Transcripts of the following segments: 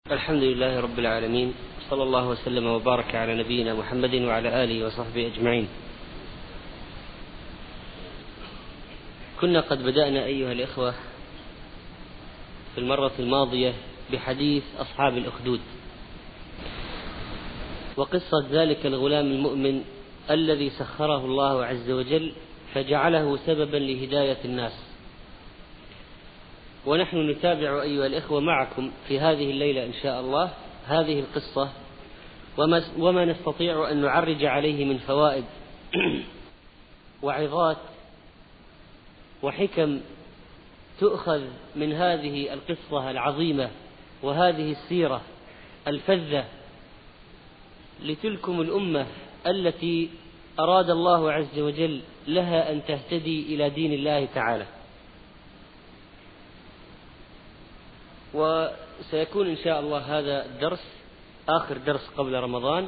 الحمد لله رب العالمين، صلى الله وسلم وبارك على نبينا محمد وعلى آله وصحبه أجمعين. كنا قد بدأنا أيها الإخوة في المرة الماضية بحديث أصحاب الأخدود وقصة ذلك الغلام المؤمن الذي سخره الله عز وجل فجعله سببا لهداية الناس. ونحن نتابع أيها الإخوة معكم في هذه الليلة إن شاء الله هذه القصة وما نستطيع أن نعرج عليه من فوائد وعظات وحكم تؤخذ من هذه القصة العظيمة وهذه السيرة الفذة لتلكم الأمة التي أراد الله عز وجل لها أن تهتدي إلى دين الله تعالى. وسيكون إن شاء الله هذا الدرس آخر درس قبل رمضان،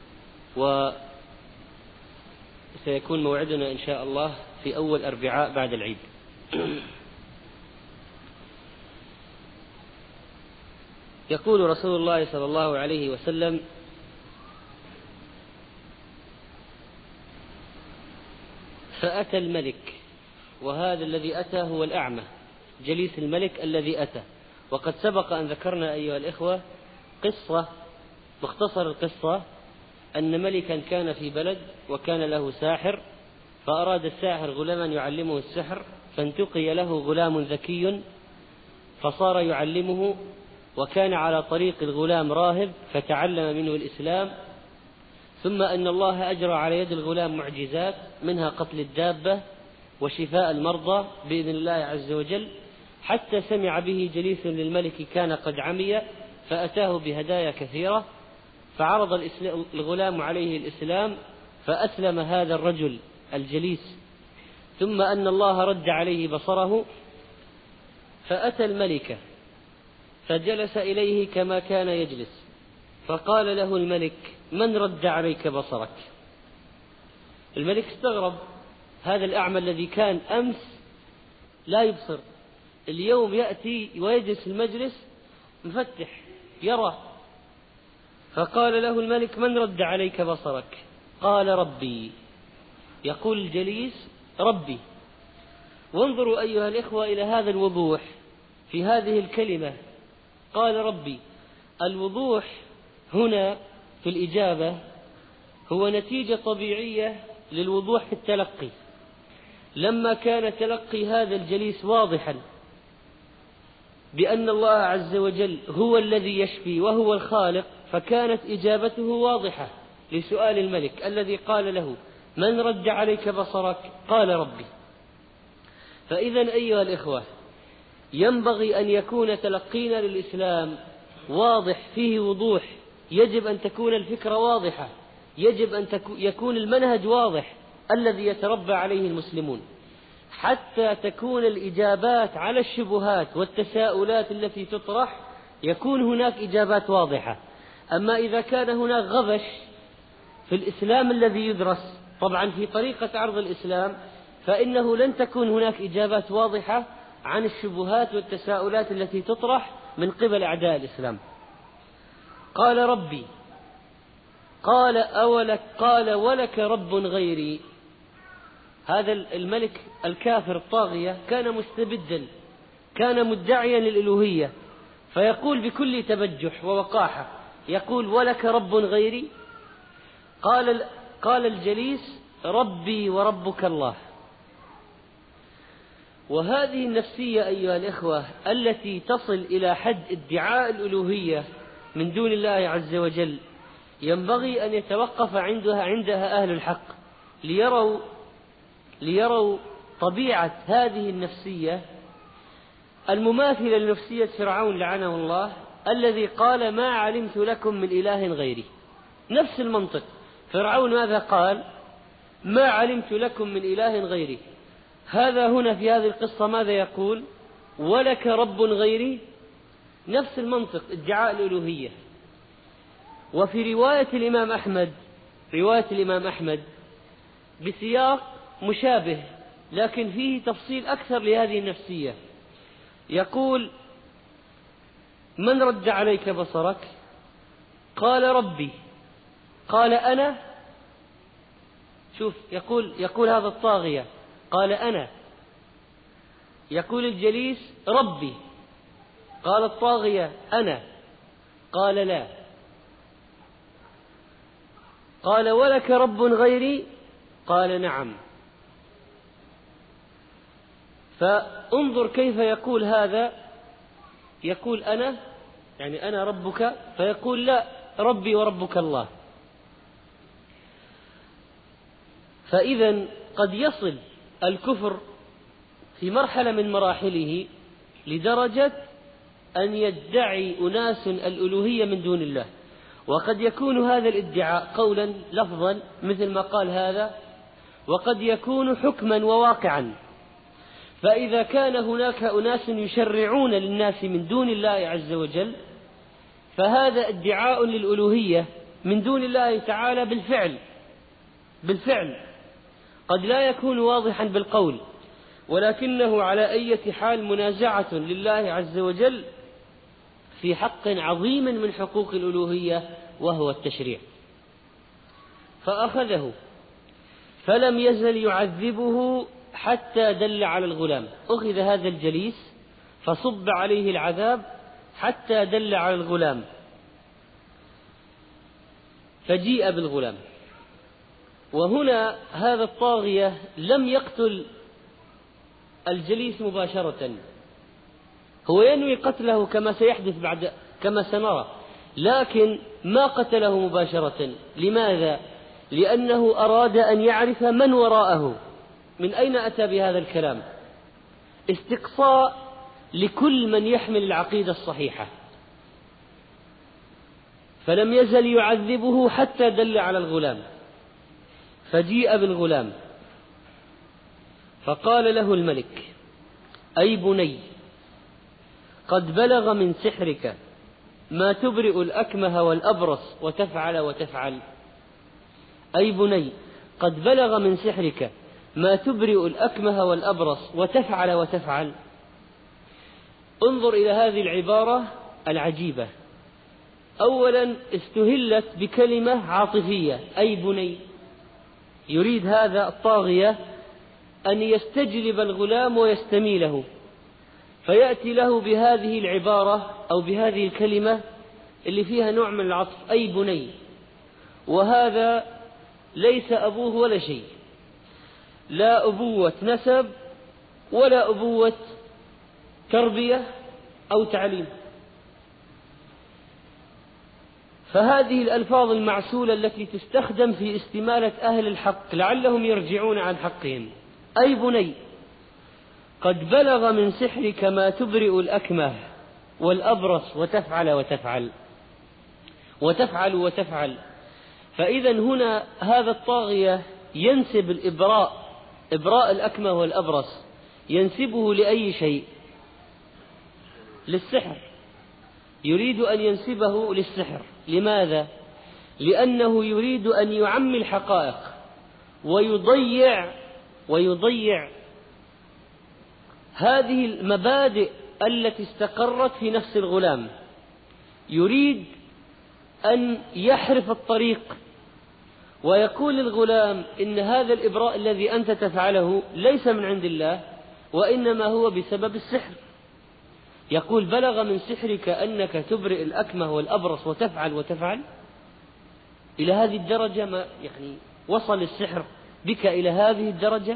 وسيكون موعدنا إن شاء الله في أول أربعاء بعد العيد. يقول رسول الله صلى الله عليه وسلم: فأتى الملك، وهذا الذي أتى هو الأعمى جليس الملك الذي أتى. وقد سبق أن ذكرنا أيها الإخوة قصة مختصر القصة أن ملكا كان في بلد وكان له ساحر، فأراد الساحر غلاما يعلمه السحر، فانتقي له غلام ذكي فصار يعلمه، وكان على طريق الغلام راهب فتعلم منه الإسلام، ثم أن الله أجرى على يد الغلام معجزات منها قتل الدابة وشفاء المرضى بإذن الله عز وجل، حتى سمع به جليس للملك كان قد عمي فأتاه بهدايا كثيرة، فعرض الغلام عليه الإسلام فأسلم هذا الرجل الجليس، ثم أن الله رد عليه بصره فأتى الملك فجلس إليه كما كان يجلس، فقال له الملك: من رد عليك بصرك؟ الملك استغرب، هذا الأعمى الذي كان أمس لا يبصر اليوم يأتي ويجلس المجلس مفتح يرى. فقال له الملك: من رد عليك بصرك؟ قال: ربي. يقول الجليس: ربي. وانظروا أيها الإخوة إلى هذا الوضوح في هذه الكلمة، قال ربي. الوضوح هنا في الإجابة هو نتيجة طبيعية للوضوح في التلقي. لما كان تلقي هذا الجليس واضحا بأن الله عز وجل هو الذي يشفي وهو الخالق، فكانت إجابته واضحة لسؤال الملك الذي قال له: من رد عليك بصرك؟ قال: ربي. فإذا أيها الإخوة ينبغي أن يكون تلقينا للإسلام واضح فيه وضوح، يجب أن تكون الفكرة واضحة، يجب أن يكون المنهج واضح الذي يتربى عليه المسلمون، حتى تكون الإجابات على الشبهات والتساؤلات التي تطرح يكون هناك إجابات واضحة. أما إذا كان هناك غبش في الإسلام الذي يدرس طبعا في طريقة عرض الإسلام، فإنه لن تكون هناك إجابات واضحة عن الشبهات والتساؤلات التي تطرح من قبل أعداء الإسلام. قال: ربي. قال: ولك رب غيري. هذا الملك الكافر الطاغية كان مستبدا، كان مدعيا للألوهية، فيقول بكل تبجح ووقاحة، يقول: ولك رب غيري؟ قال الجليس: ربي وربك الله. وهذه النفسية أيها الإخوة التي تصل إلى حد ادعاء الألوهية من دون الله عز وجل ينبغي أن يتوقف عندها أهل الحق ليروا طبيعة هذه النفسية المماثلة لنفسية فرعون لعنه الله، الذي قال: ما علمت لكم من إله غيري. نفس المنطق، فرعون ماذا قال؟ ما علمت لكم من إله غيري. هذا هنا في هذه القصة ماذا يقول؟ ولك رب غيري. نفس المنطق، ادعاء الألوهية. وفي رواية الإمام أحمد بسياق مشابه لكن فيه تفصيل أكثر لهذه النفسية، يقول: من رد عليك بصرك؟ قال ربي. قال أنا. شوف، يقول هذا الطاغية قال أنا، يقول الجليس ربي، قال الطاغية أنا، قال لا. قال ولك رب غيري؟ قال نعم. فانظر كيف يقول هذا، يقول أنا يعني أنا ربك، فيقول لا، ربي وربك الله. فإذا قد يصل الكفر في مرحلة من مراحله لدرجة أن يدعي أناس الألوهية من دون الله، وقد يكون هذا الادعاء قولا لفظا مثل ما قال هذا، وقد يكون حكما وواقعا. فإذا كان هناك أناس يشرعون للناس من دون الله عز وجل، فهذا ادعاء للألوهية من دون الله تعالى بالفعل قد لا يكون واضحا بالقول، ولكنه على أي حال منازعة لله عز وجل في حق عظيم من حقوق الألوهية وهو التشريع. فأخذه فلم يزل يعذبه حتى دل على الغلام. أخذ هذا الجليس فصب عليه العذاب حتى دل على الغلام، فجيء بالغلام. وهنا هذا الطاغية لم يقتل الجليس مباشرة، هو ينوي قتله كما سيحدث كما سنرى، لكن ما قتله مباشرة. لماذا؟ لأنه أراد أن يعرف من وراءه، من أين أتى بهذا الكلام، استقصاء لكل من يحمل العقيدة الصحيحة. فلم يزل يعذبه حتى دل على الغلام، فجيء بالغلام. فقال له الملك: أي بني، قد بلغ من سحرك ما تبرئ الأكمه والأبرص وتفعل. أي بني، قد بلغ من سحرك ما تبرئ الأكمه والأبرص وتفعل. انظر إلى هذه العبارة العجيبة. أولا استهلت بكلمة عاطفية، أي بني. يريد هذا الطاغية أن يستجلب الغلام ويستميله، فيأتي له بهذه العبارة أو بهذه الكلمة اللي فيها نوع من العطف، أي بني. وهذا ليس أبوه ولا شيء، لا أبوة نسب ولا أبوة تربية أو تعليم. فهذه الألفاظ المعسولة التي تستخدم في استمالة أهل الحق لعلهم يرجعون عن حقهم. أي بني، قد بلغ من سحرك ما تبرئ الأكمه والأبرص وتفعل. فإذا هنا هذا الطاغية ينسب إبراء الأكمه والأبرص، ينسبه لأي شيء؟ للسحر. يريد أن ينسبه للسحر. لماذا؟ لأنه يريد أن يعمي الحقائق ويضيع هذه المبادئ التي استقرت في نفس الغلام. يريد أن يحرف الطريق ويقول للغلام إن هذا الإبراء الذي أنت تفعله ليس من عند الله، وإنما هو بسبب السحر. يقول: بلغ من سحرك أنك تبرئ الأكمه والأبرص وتفعل. إلى هذه الدرجة، ما يعني وصل السحر بك إلى هذه الدرجة؟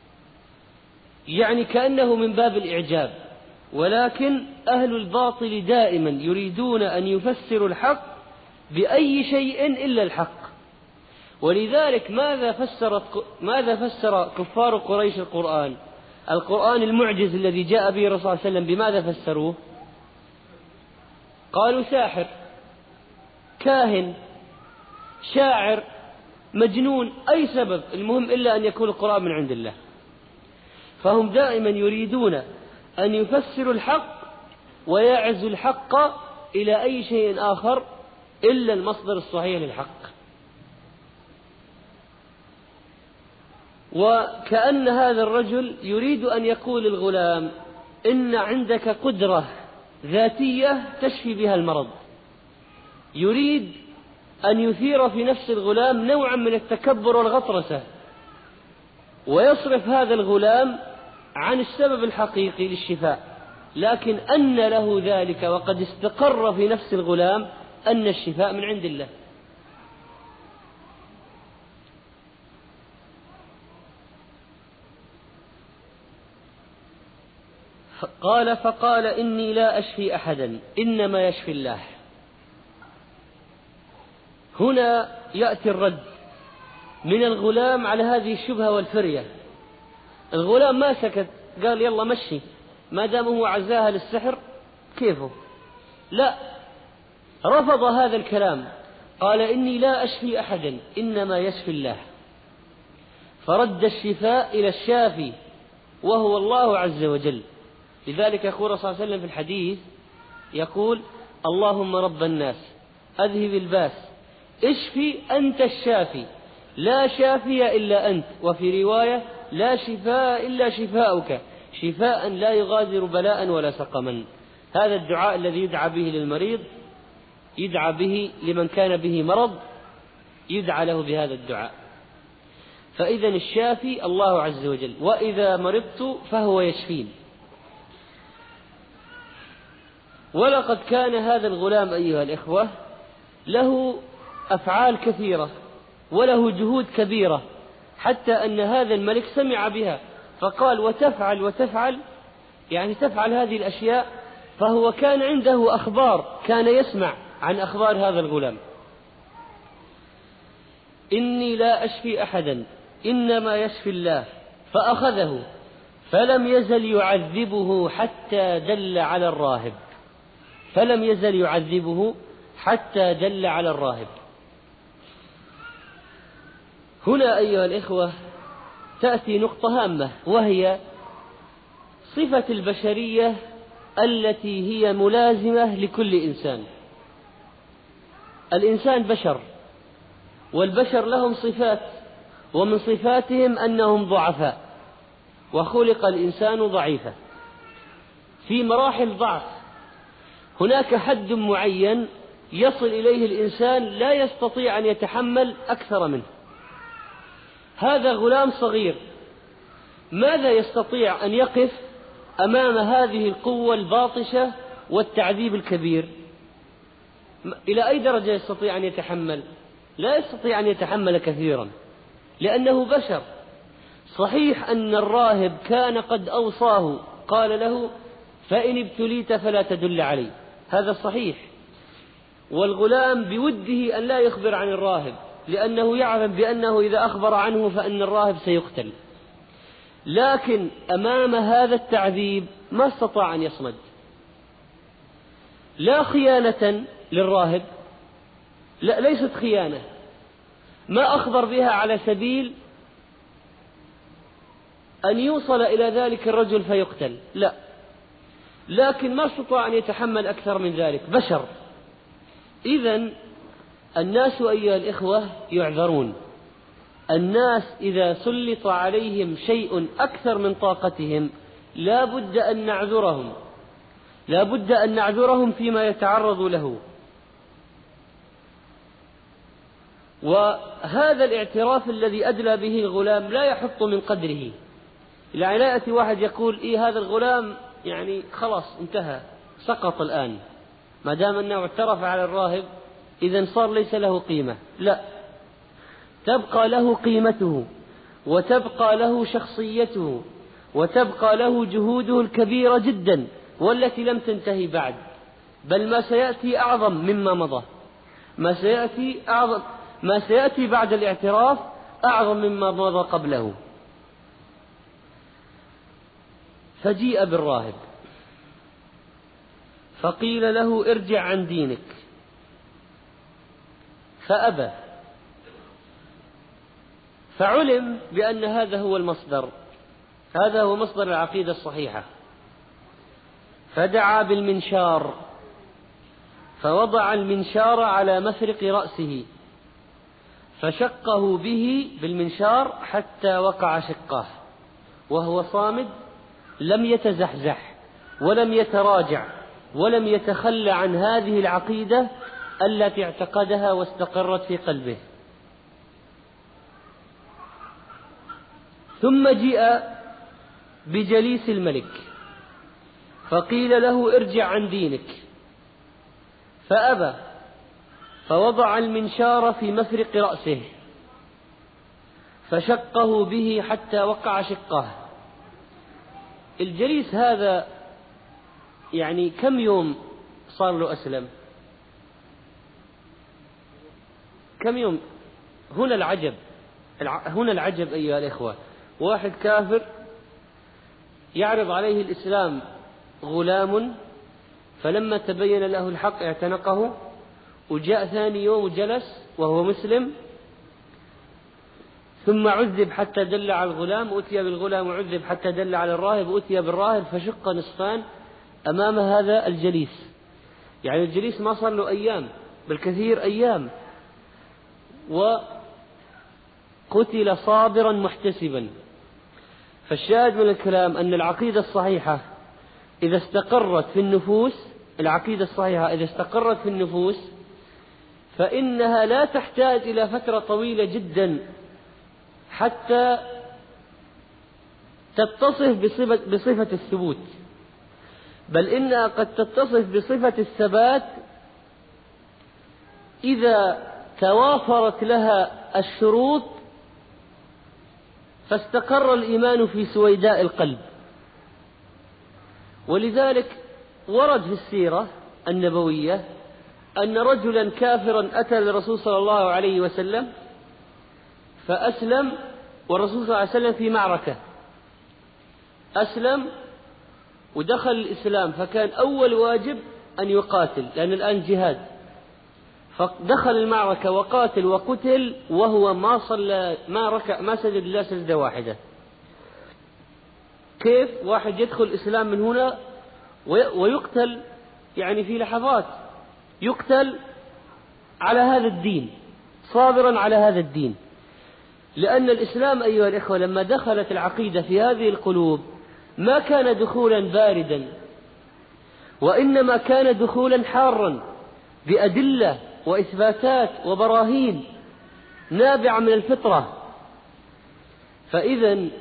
يعني كأنه من باب الإعجاب. ولكن أهل الباطل دائما يريدون أن يفسروا الحق بأي شيء إلا الحق. ولذلك ماذا فسر كفار قريش القرآن المعجز الذي جاء به الرسول صلى الله عليه وسلم؟ بماذا فسروه؟ قالوا ساحر، كاهن، شاعر، مجنون، أي سبب، المهم إلا أن يكون القرآن من عند الله. فهم دائما يريدون أن يفسروا الحق ويعزوا الحق إلى أي شيء آخر إلا المصدر الصحيح للحق. وكأن هذا الرجل يريد أن يقول للغلام: إن عندك قدرة ذاتية تشفي بها المرض، يريد أن يثير في نفس الغلام نوعا من التكبر والغطرسة، ويصرف هذا الغلام عن السبب الحقيقي للشفاء، لكن أن له ذلك وقد استقر في نفس الغلام أن الشفاء من عند الله. فقال إني لا أشفي أحدا إنما يشفي الله. هنا يأتي الرد من الغلام على هذه الشبهة والفرية. الغلام ما سكت، قال يلا مشي، ما دام هو عزاها للسحر كيفه، لا، رفض هذا الكلام، قال إني لا أشفي أحدا إنما يشفي الله، فرد الشفاء إلى الشافي وهو الله عز وجل. لذلك يقول صلى الله عليه وسلم في الحديث، يقول اللهم رب الناس أذهب الباس اشفي أنت الشافي لا شافي إلا أنت، وفي رواية لا شفاء إلا شفاؤك شفاء لا يغادر بلاء ولا سقما. هذا الدعاء الذي يدعى به للمريض، يدعى به لمن كان به مرض، يدعى له بهذا الدعاء. فإذا الشافي الله عز وجل، وإذا مرضت فهو يشفين. ولقد كان هذا الغلام أيها الإخوة له أفعال كثيرة وله جهود كبيرة، حتى أن هذا الملك سمع بها فقال وتفعل وتفعل، يعني تفعل هذه الأشياء. فهو كان عنده أخبار، كان يسمع عن أخبار هذا الغلام. إني لا أشفي أحدا إنما يشفي الله، فأخذه فلم يزل يعذبه حتى دل على الراهب، فلم يزل يعذبه حتى دل على الراهب. هنا أيها الإخوة تأتي نقطة هامة، وهي صفة البشرية التي هي ملازمة لكل إنسان. الإنسان بشر، والبشر لهم صفات، ومن صفاتهم أنهم ضعفاء، وخلق الإنسان ضعيفا في مراحل ضعف. هناك حد معين يصل إليه الإنسان لا يستطيع أن يتحمل أكثر منه. هذا غلام صغير، ماذا يستطيع أن يقف أمام هذه القوة الباطشة والتعذيب الكبير؟ إلى أي درجة يستطيع أن يتحمل؟ لا يستطيع أن يتحمل كثيرا، لأنه بشر. صحيح أن الراهب كان قد أوصاه، قال له فإن ابتليت فلا تدل علي، هذا صحيح، والغلام بوده أن لا يخبر عن الراهب، لأنه يعلم بأنه إذا أخبر عنه فإن الراهب سيقتل. لكن أمام هذا التعذيب ما استطاع أن يصمد، لا خيانة للراهب، لا، ليست خيانة، ما أخبر بها على سبيل أن يوصل إلى ذلك الرجل فيقتل، لا، لكن ما استطاع أن يتحمل أكثر من ذلك، بشر. إذن الناس أيها الإخوة يعذرون. الناس إذا سلط عليهم شيء أكثر من طاقتهم لا بد أن نعذرهم، لا بد أن نعذرهم فيما يتعرض له. وهذا الاعتراف الذي أدلى به الغلام لا يحط من قدره. يعني لا يأتي واحد يقول هذا الغلام يعني خلاص انتهى، سقط الآن، ما دام أنه اعترف على الراهب إذن صار ليس له قيمة، لا، تبقى له قيمته، وتبقى له شخصيته، وتبقى له جهوده الكبيرة جدا والتي لم تنتهي بعد، بل ما سيأتي أعظم مما مضى، ما سيأتي بعد الاعتراف أعظم مما مضى قبله. فجيء بالراهب فقيل له ارجع عن دينك، فأبى، فعلم بأن هذا هو المصدر، هذا هو مصدر العقيدة الصحيحة. فدعا بالمنشار فوضع المنشار على مفرق رأسه فشقه به بالمنشار حتى وقع شقاه، وهو صامد لم يتزحزح ولم يتراجع ولم يتخلى عن هذه العقيدة التي اعتقدها واستقرت في قلبه. ثم جيء بجليس الملك فقيل له ارجع عن دينك فأبى، فوضع المنشار في مفرق رأسه فشقه به حتى وقع شقه. الجليس هذا يعني كم يوم صار له أسلم؟ كم يوم؟ هنا العجب أيها الإخوة. واحد كافر يعرض عليه الإسلام غلام، فلما تبين له الحق اعتنقه، وجاء ثاني يوم وجلس وهو مسلم، ثم عذب حتى دل على الغلام، أتي بالغلام وعذب حتى دل على الراهب، أتي بالراهب فشق نصفان أمام هذا الجليس. يعني الجليس ما صار له أيام، بالكثير أيام، وقتل صابرا محتسبا. فالشاهد من الكلام أن العقيدة الصحيحة إذا استقرت في النفوس فإنها لا تحتاج إلى فترة طويلة جدا حتى تتصف بصفة الثبوت، بل إنها قد تتصف بصفة الثبات إذا توافرت لها الشروط فاستقر الإيمان في سويداء القلب. ولذلك ورد في السيرة النبوية أن رجلا كافرا أتى للرسول صلى الله عليه وسلم فأسلم، والرسول صلى الله عليه وسلم في معركة، أسلم ودخل الإسلام، فكان أول واجب أن يقاتل لأن الآن جهاد، فدخل المعركة وقاتل وقتل وهو ما صلى ما ركع ما سجد إلا سجدة واحدة. كيف واحد يدخل الإسلام من هنا ويقتل يعني في لحظات، يقتل على هذا الدين، صابرا على هذا الدين؟ لأن الإسلام أيها الإخوة لما دخلت العقيدة في هذه القلوب ما كان دخولا باردا، وإنما كان دخولا حارا بأدلة وإثباتات وبراهين نابعة من الفطرة. فإذا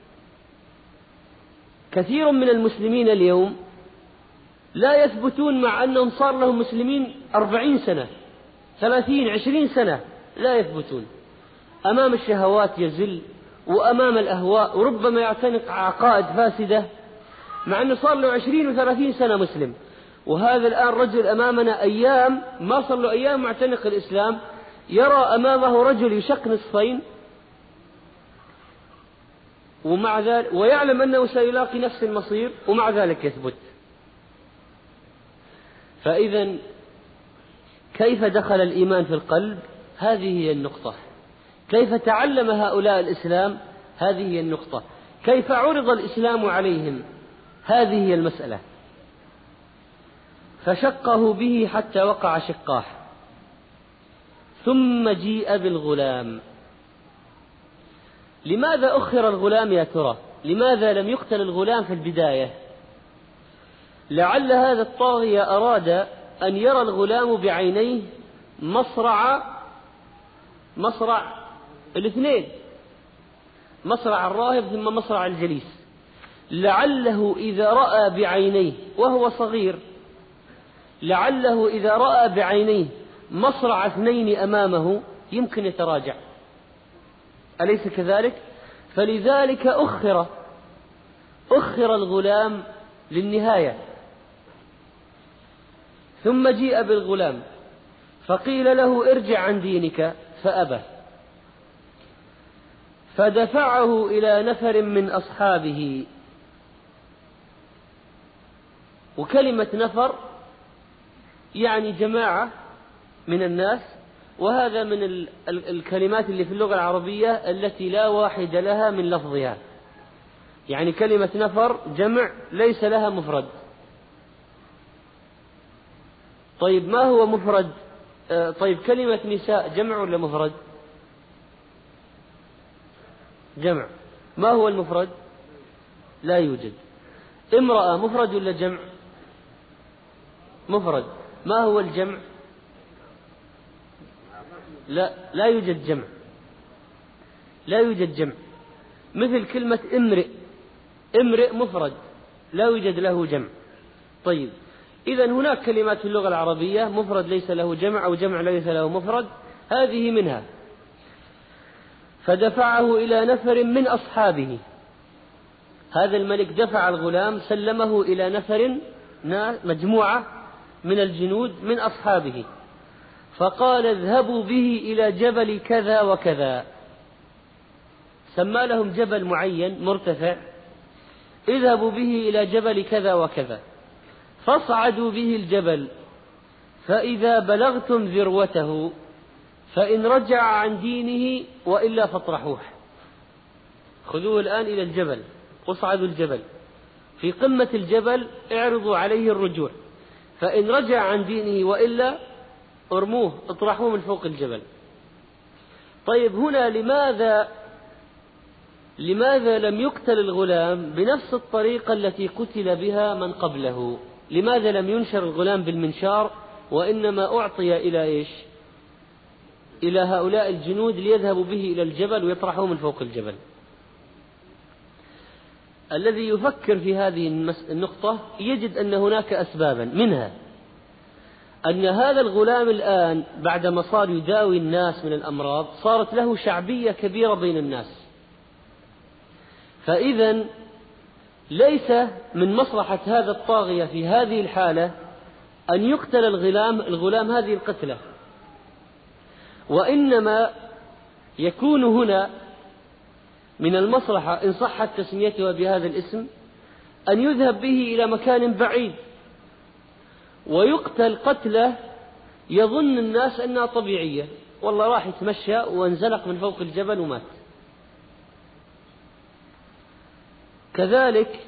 كثير من المسلمين اليوم لا يثبتون مع أنهم صار لهم مسلمين 40 سنة 30 20 سنة، لا يثبتون أمام الشهوات، يزل وأمام الأهواء، وربما يعتنق عقائد فاسدة مع أنه صار له 20 و30 سنة مسلم. وهذا الآن رجل أمامنا أيام ما صار له أيام معتنق الإسلام، يرى أمامه رجل يشق نصفين ومع ذلك ويعلم أنه سيلاقي نفس المصير ومع ذلك يثبت. فإذا كيف دخل الإيمان في القلب؟ هذه هي النقطة. كيف تعلم هؤلاء الإسلام؟ هذه هي النقطة. كيف عرض الإسلام عليهم؟ هذه هي المسألة. فشقه به حتى وقع شقاه. ثم جيء بالغلام. لماذا أخر الغلام يا ترى؟ لماذا لم يقتل الغلام في البداية؟ لعل هذا الطاغية أراد أن يرى الغلام بعينيه مصرع الاثنين، مصرع الراهب ثم مصرع الجليس. لعله إذا رأى بعينيه وهو صغير، لعله إذا رأى بعينيه مصرع اثنين أمامه يمكن يتراجع، أليس كذلك؟ فلذلك أخر الغلام للنهاية. ثم جيء بالغلام فقيل له ارجع عن دينك فأبى، فدفعه إلى نفر من أصحابه. وكلمة نفر يعني جماعة من الناس، وهذا من الكلمات اللي في اللغة العربية التي لا واحد لها من لفظها. يعني كلمة نفر جمع ليس لها مفرد. طيب ما هو مفرد؟ طيب كلمة نساء جمع ولا مفرد؟ جمع. ما هو المفرد؟ لا يوجد. امرأة مفرد ولا جمع؟ مفرد. ما هو الجمع؟ لا يوجد جمع، لا يوجد جمع. مثل كلمة امرئ، امرئ مفرد لا يوجد له جمع. طيب، إذن هناك كلمات في اللغة العربية مفرد ليس له جمع أو جمع ليس له مفرد، هذه منها. فدفعه إلى نفر من أصحابه، هذا الملك دفع الغلام سلمه إلى نفر، مجموعة من الجنود من أصحابه، فقال اذهبوا به إلى جبل كذا وكذا، سمى لهم جبل معين مرتفع، اذهبوا به إلى جبل كذا وكذا، فاصعدوا به الجبل، فإذا بلغتم ذروته فإن رجع عن دينه وإلا فاطرحوه. خذوه الآن إلى الجبل، اصعدوا الجبل، في قمة الجبل اعرضوا عليه الرجوع، فإن رجع عن دينه وإلا ارموه، اطرحوه من فوق الجبل. طيب، هنا لماذا لم يقتل الغلام بنفس الطريقة التي قتل بها من قبله؟ لماذا لم ينشر الغلام بالمنشار، وإنما أعطي إلى إيش؟ إلى هؤلاء الجنود ليذهبوا به إلى الجبل ويطرحوه من فوق الجبل؟ الذي يفكر في هذه النقطة يجد أن هناك أسبابا، منها أن هذا الغلام الآن بعدما صار يداوي الناس من الأمراض صارت له شعبية كبيرة بين الناس، فإذا ليس من مصلحة هذا الطاغية في هذه الحالة أن يقتل الغلام هذه القتلة، وإنما يكون هنا من المصلحة إن صحت تسميتها بهذا الاسم أن يذهب به إلى مكان بعيد ويقتل قتله يظن الناس أنها طبيعية، والله راح يتمشى وانزلق من فوق الجبل ومات. كذلك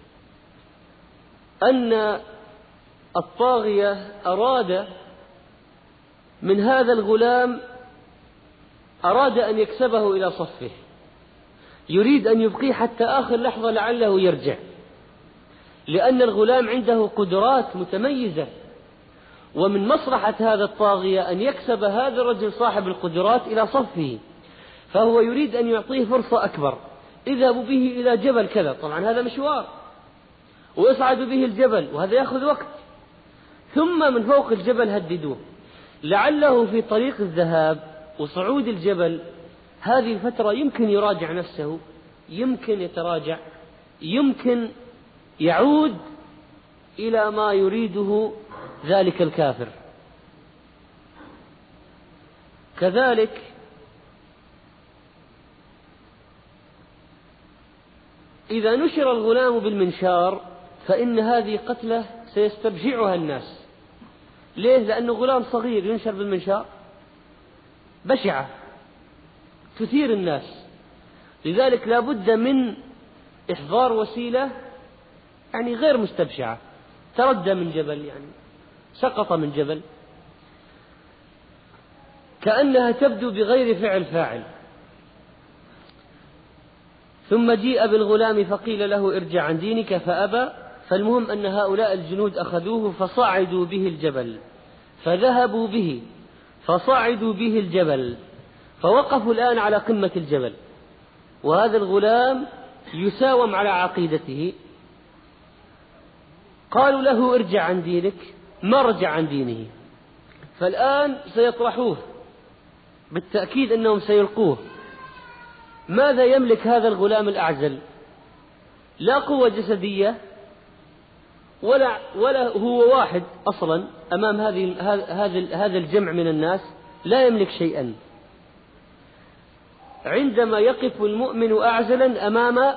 أن الطاغية أراد من هذا الغلام، أراد أن يكسبه إلى صفه، يريد أن يبقيه حتى آخر لحظة لعله يرجع، لأن الغلام عنده قدرات متميزة، ومن مصلحة هذا الطاغية أن يكسب هذا الرجل صاحب القدرات إلى صفه، فهو يريد أن يعطيه فرصة أكبر. اذهبوا به إلى جبل كذا، طبعا هذا مشوار، ويصعدوا به الجبل وهذا يأخذ وقت، ثم من فوق الجبل هددوه، لعله في طريق الذهاب وصعود الجبل هذه الفترة يمكن يراجع نفسه، يمكن يتراجع، يمكن يعود إلى ما يريده ذلك الكافر. كذلك إذا نشر الغلام بالمنشار فإن هذه قتلة سيستبشعها الناس. ليه؟ لأنه غلام صغير ينشر بالمنشار، بشعة تثير الناس، لذلك لا بد من إحضار وسيلة يعني غير مستبشعة، تردى من جبل، يعني سقط من جبل، كأنها تبدو بغير فعل فاعل. ثم جيء بالغلام فقيل له ارجع عن دينك فأبى، فالمهم أن هؤلاء الجنود أخذوه فصعدوا به الجبل، فذهبوا به فصعدوا به الجبل، فوقفوا الآن على قمة الجبل، وهذا الغلام يساوم على عقيدته. قالوا له ارجع عن دينك، ما رجع عن دينه، فالآن سيطرحوه، بالتأكيد أنهم سيلقوه. ماذا يملك هذا الغلام الأعزل؟ لا قوة جسدية ولا هو واحد أصلا أمام هذا الجمع من الناس، لا يملك شيئا. عندما يقف المؤمن أعزلا أمام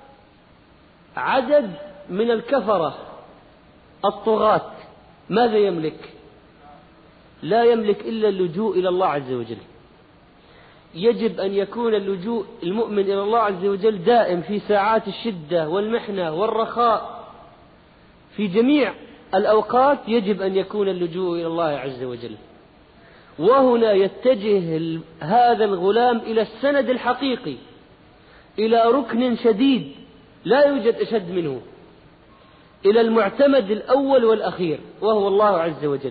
عدد من الكفرة الطغاة ماذا يملك؟ لا يملك إلا اللجوء إلى الله عز وجل. يجب أن يكون اللجوء المؤمن إلى الله عز وجل دائم في ساعات الشدة والمحنة والرخاء، في جميع الأوقات يجب أن يكون اللجوء إلى الله عز وجل. وهنا يتجه هذا الغلام إلى السند الحقيقي، إلى ركن شديد لا يوجد أشد منه، إلى المعتمد الأول والأخير وهو الله عز وجل،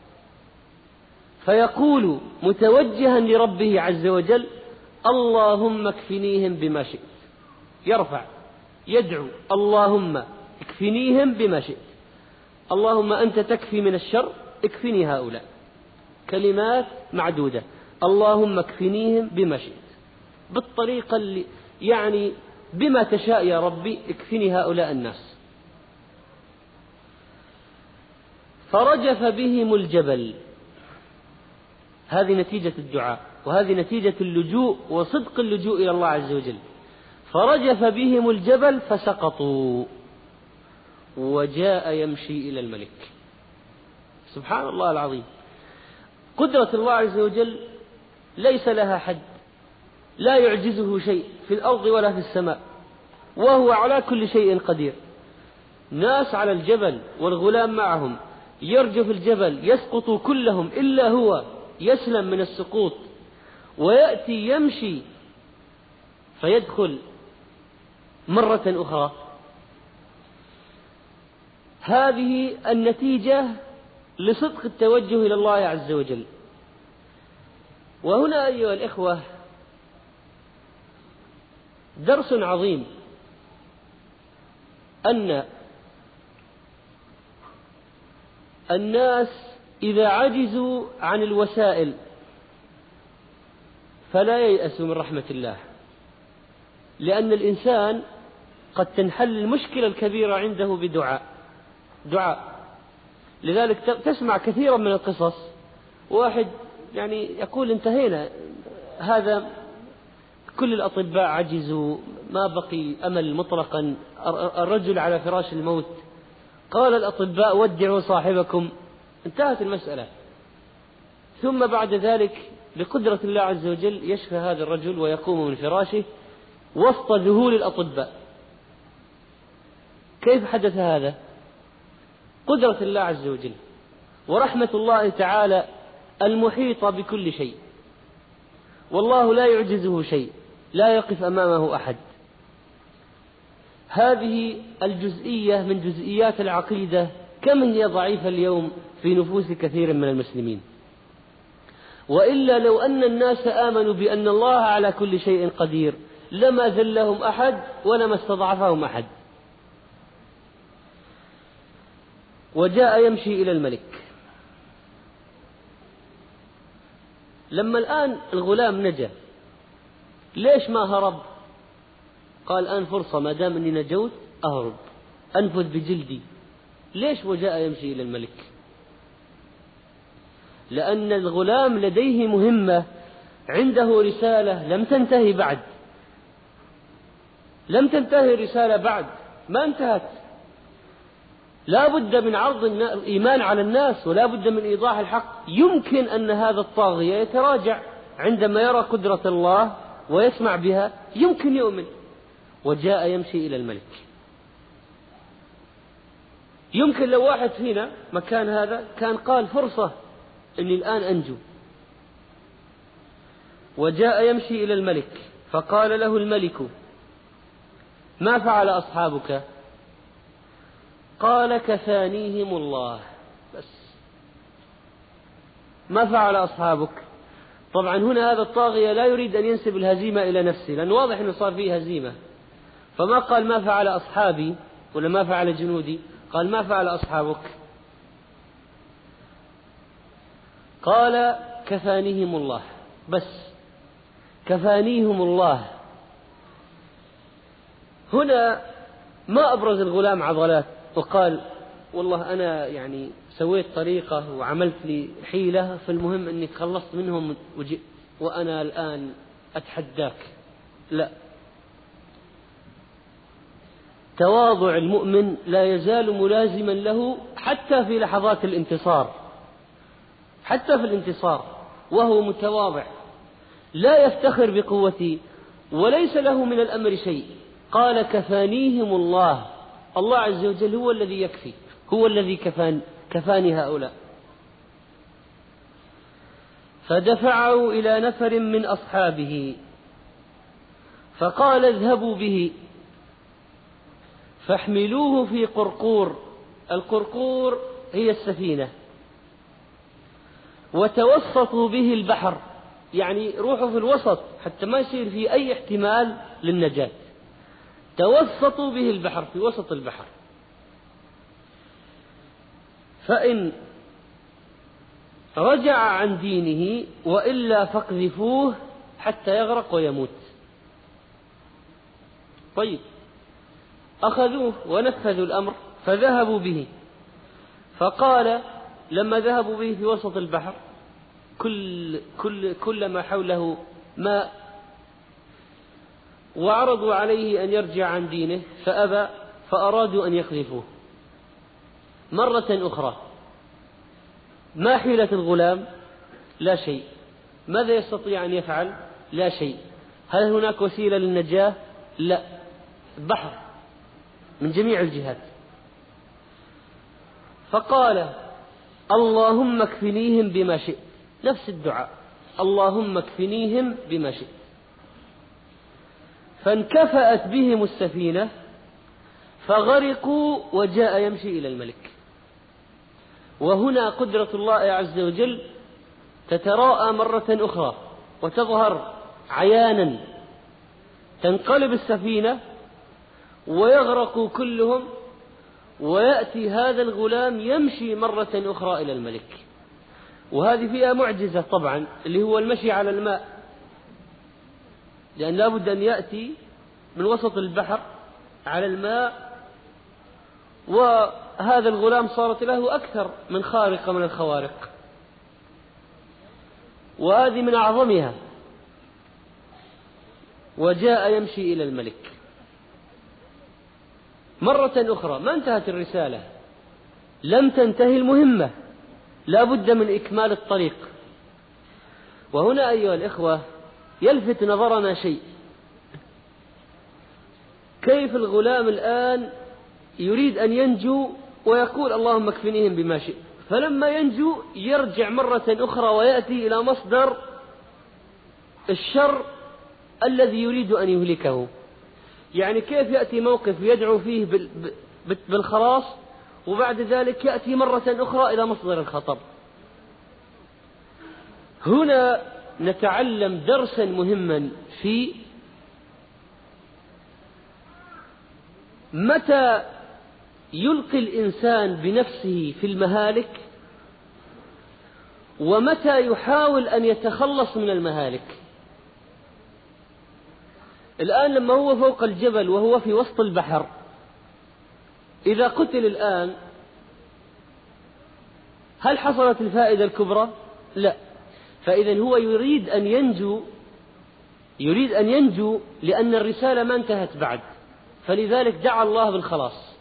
فيقول متوجها لربه عز وجل: اللهم اكفنيهم بما شئت. يرفع يدعو: اللهم اكفنيهم بما شئت، اللهم أنت تكفي من الشر، اكفني هؤلاء. كلمات معدودة: اللهم اكفنيهم بما شئت، بالطريقة اللي يعني بما تشاء يا ربي اكفني هؤلاء الناس. فرجف بهم الجبل. هذه نتيجة الدعاء، وهذه نتيجة اللجوء وصدق اللجوء إلى الله عز وجل. فرجف بهم الجبل فسقطوا، وجاء يمشي إلى الملك. سبحان الله العظيم، قدرة الله عز وجل ليس لها حد، لا يعجزه شيء في الأرض ولا في السماء، وهو على كل شيء قدير. ناس على الجبل والغلام معهم، يرجف الجبل يسقط كلهم إلا هو، يسلم من السقوط، ويأتي يمشي فيدخل مرة أخرى. هذه النتيجة لصدق التوجه إلى الله عز وجل. وهنا أيها الإخوة درس عظيم، أن الناس إذا عجزوا عن الوسائل فلا ييأسوا من رحمة الله، لأن الإنسان قد تنحل المشكلة الكبيرة عنده بدعاء. لذلك تسمع كثيرا من القصص، واحد يعني يقول: انتهينا، هذا كل الأطباء عجزوا، ما بقي أمل مطلقا، الرجل على فراش الموت، قال الأطباء: ودعوا صاحبكم، انتهت المسألة. ثم بعد ذلك بقدرة الله عز وجل يشفى هذا الرجل ويقوم من فراشه وسط ذهول الأطباء. كيف حدث هذا؟ قدرة الله عز وجل ورحمة الله تعالى المحيطة بكل شيء، والله لا يعجزه شيء، لا يقف أمامه أحد. هذه الجزئية من جزئيات العقيدة كم هي ضعيفة اليوم في نفوس كثير من المسلمين. وإلا لو أن الناس آمنوا بأن الله على كل شيء قدير لما ذلهم أحد ولما استضعفهم أحد. وجاء يمشي إلى الملك. لما الآن الغلام نجا، ليش ما هرب؟ قال: الآن فرصة، ما دام أني نجوت أهرب، أنفذ بجلدي. ليش وجاء يمشي إلى الملك؟ لأن الغلام لديه مهمة، عنده رسالة لم تنتهي بعد، لم تنتهي الرسالة بعد، ما انتهت. لا بد من عرض الإيمان على الناس، ولا بد من إيضاح الحق. يمكن أن هذا الطاغية يتراجع عندما يرى قدرة الله ويسمع بها، يمكن يؤمن. وجاء يمشي إلى الملك. يمكن لو واحد فينا مكان هذا كان قال: فرصة إني الآن أنجو. وجاء يمشي إلى الملك، فقال له الملك: ما فعل أصحابك؟ قال: كفانيهم الله. بس ما فعل أصحابك؟ طبعا هنا هذا الطاغية لا يريد أن ينسب الهزيمة إلى نفسه، لأن واضح أنه صار فيه هزيمة، فما قال: ما فعل أصحابي ولا ما فعل جنودي، قال: ما فعل أصحابك؟ قال: كفانيهم الله. بس كفانيهم الله. هنا ما أبرز الغلام عضلات وقال: والله أنا يعني سويت طريقة وعملت لي حيلة، فالمهم أني خلصت منهم وجئت وأنا الآن أتحداك. لا، تواضع المؤمن لا يزال ملازما له حتى في لحظات الانتصار، حتى في الانتصار وهو متواضع، لا يفتخر بقوته وليس له من الأمر شيء. قال: كفانيهم الله. الله عز وجل هو الذي يكفي، هو الذي كفاني هؤلاء. فدفعه إلى نفر من أصحابه فقال: اذهبوا به فاحملوه في قرقور، القرقور هي السفينة، وتوسطوا به البحر، يعني روحوا في الوسط حتى ما يصير في أي احتمال للنجاة، توسطوا به البحر في وسط البحر، فإن رجع عن دينه وإلا فاقذفوه حتى يغرق ويموت. طيب، أخذوه ونفذوا الأمر فذهبوا به، فقال لما ذهبوا به في وسط البحر كل ما حوله ماء، وعرضوا عليه أن يرجع عن دينه فأبى، فأرادوا أن يقذفوه مرة أخرى. ما حيلة الغلام؟ لا شيء. ماذا يستطيع أن يفعل؟ لا شيء. هل هناك وسيلة للنجاة؟ لا، بحر من جميع الجهات. فقال اللهم اكفنيهم بما شئت، نفس الدعاء، اللهم اكفنيهم بما شئت. فانكفأت بهم السفينة فغرقوا، وجاء يمشي إلى الملك. وهنا قدرة الله عز وجل تتراءى مرة أخرى وتظهر عيانا، تنقلب السفينة ويغرق كلهم، ويأتي هذا الغلام يمشي مرة أخرى إلى الملك. وهذه فيها معجزة طبعا، اللي هو المشي على الماء، لأن لابد أن يأتي من وسط البحر على الماء. وهذا الغلام صارت له أكثر من خارقة من الخوارق، وهذه من أعظمها. وجاء يمشي إلى الملك مرة أخرى. ما انتهت الرسالة، لم تنتهي المهمة، لا بد من إكمال الطريق. وهنا أيها الإخوة يلفت نظرنا شيء، كيف الغلام الآن يريد أن ينجو ويقول اللهم اكفنيهم بما شئت، فلما ينجو يرجع مرة أخرى ويأتي إلى مصدر الشر الذي يريد أن يهلكه. يعني كيف يأتي موقف يدعو فيه بالخلاص، وبعد ذلك يأتي مرة أخرى إلى مصدر الخطر. هنا نتعلم درسا مهما في متى يلقي الإنسان بنفسه في المهالك، ومتى يحاول أن يتخلص من المهالك. الآن لما هو فوق الجبل وهو في وسط البحر، إذا قتل الآن هل حصلت الفائدة الكبرى؟ لا. فإذا هو يريد أن ينجو لأن الرسالة ما انتهت بعد، فلذلك دعا الله بالخلاص.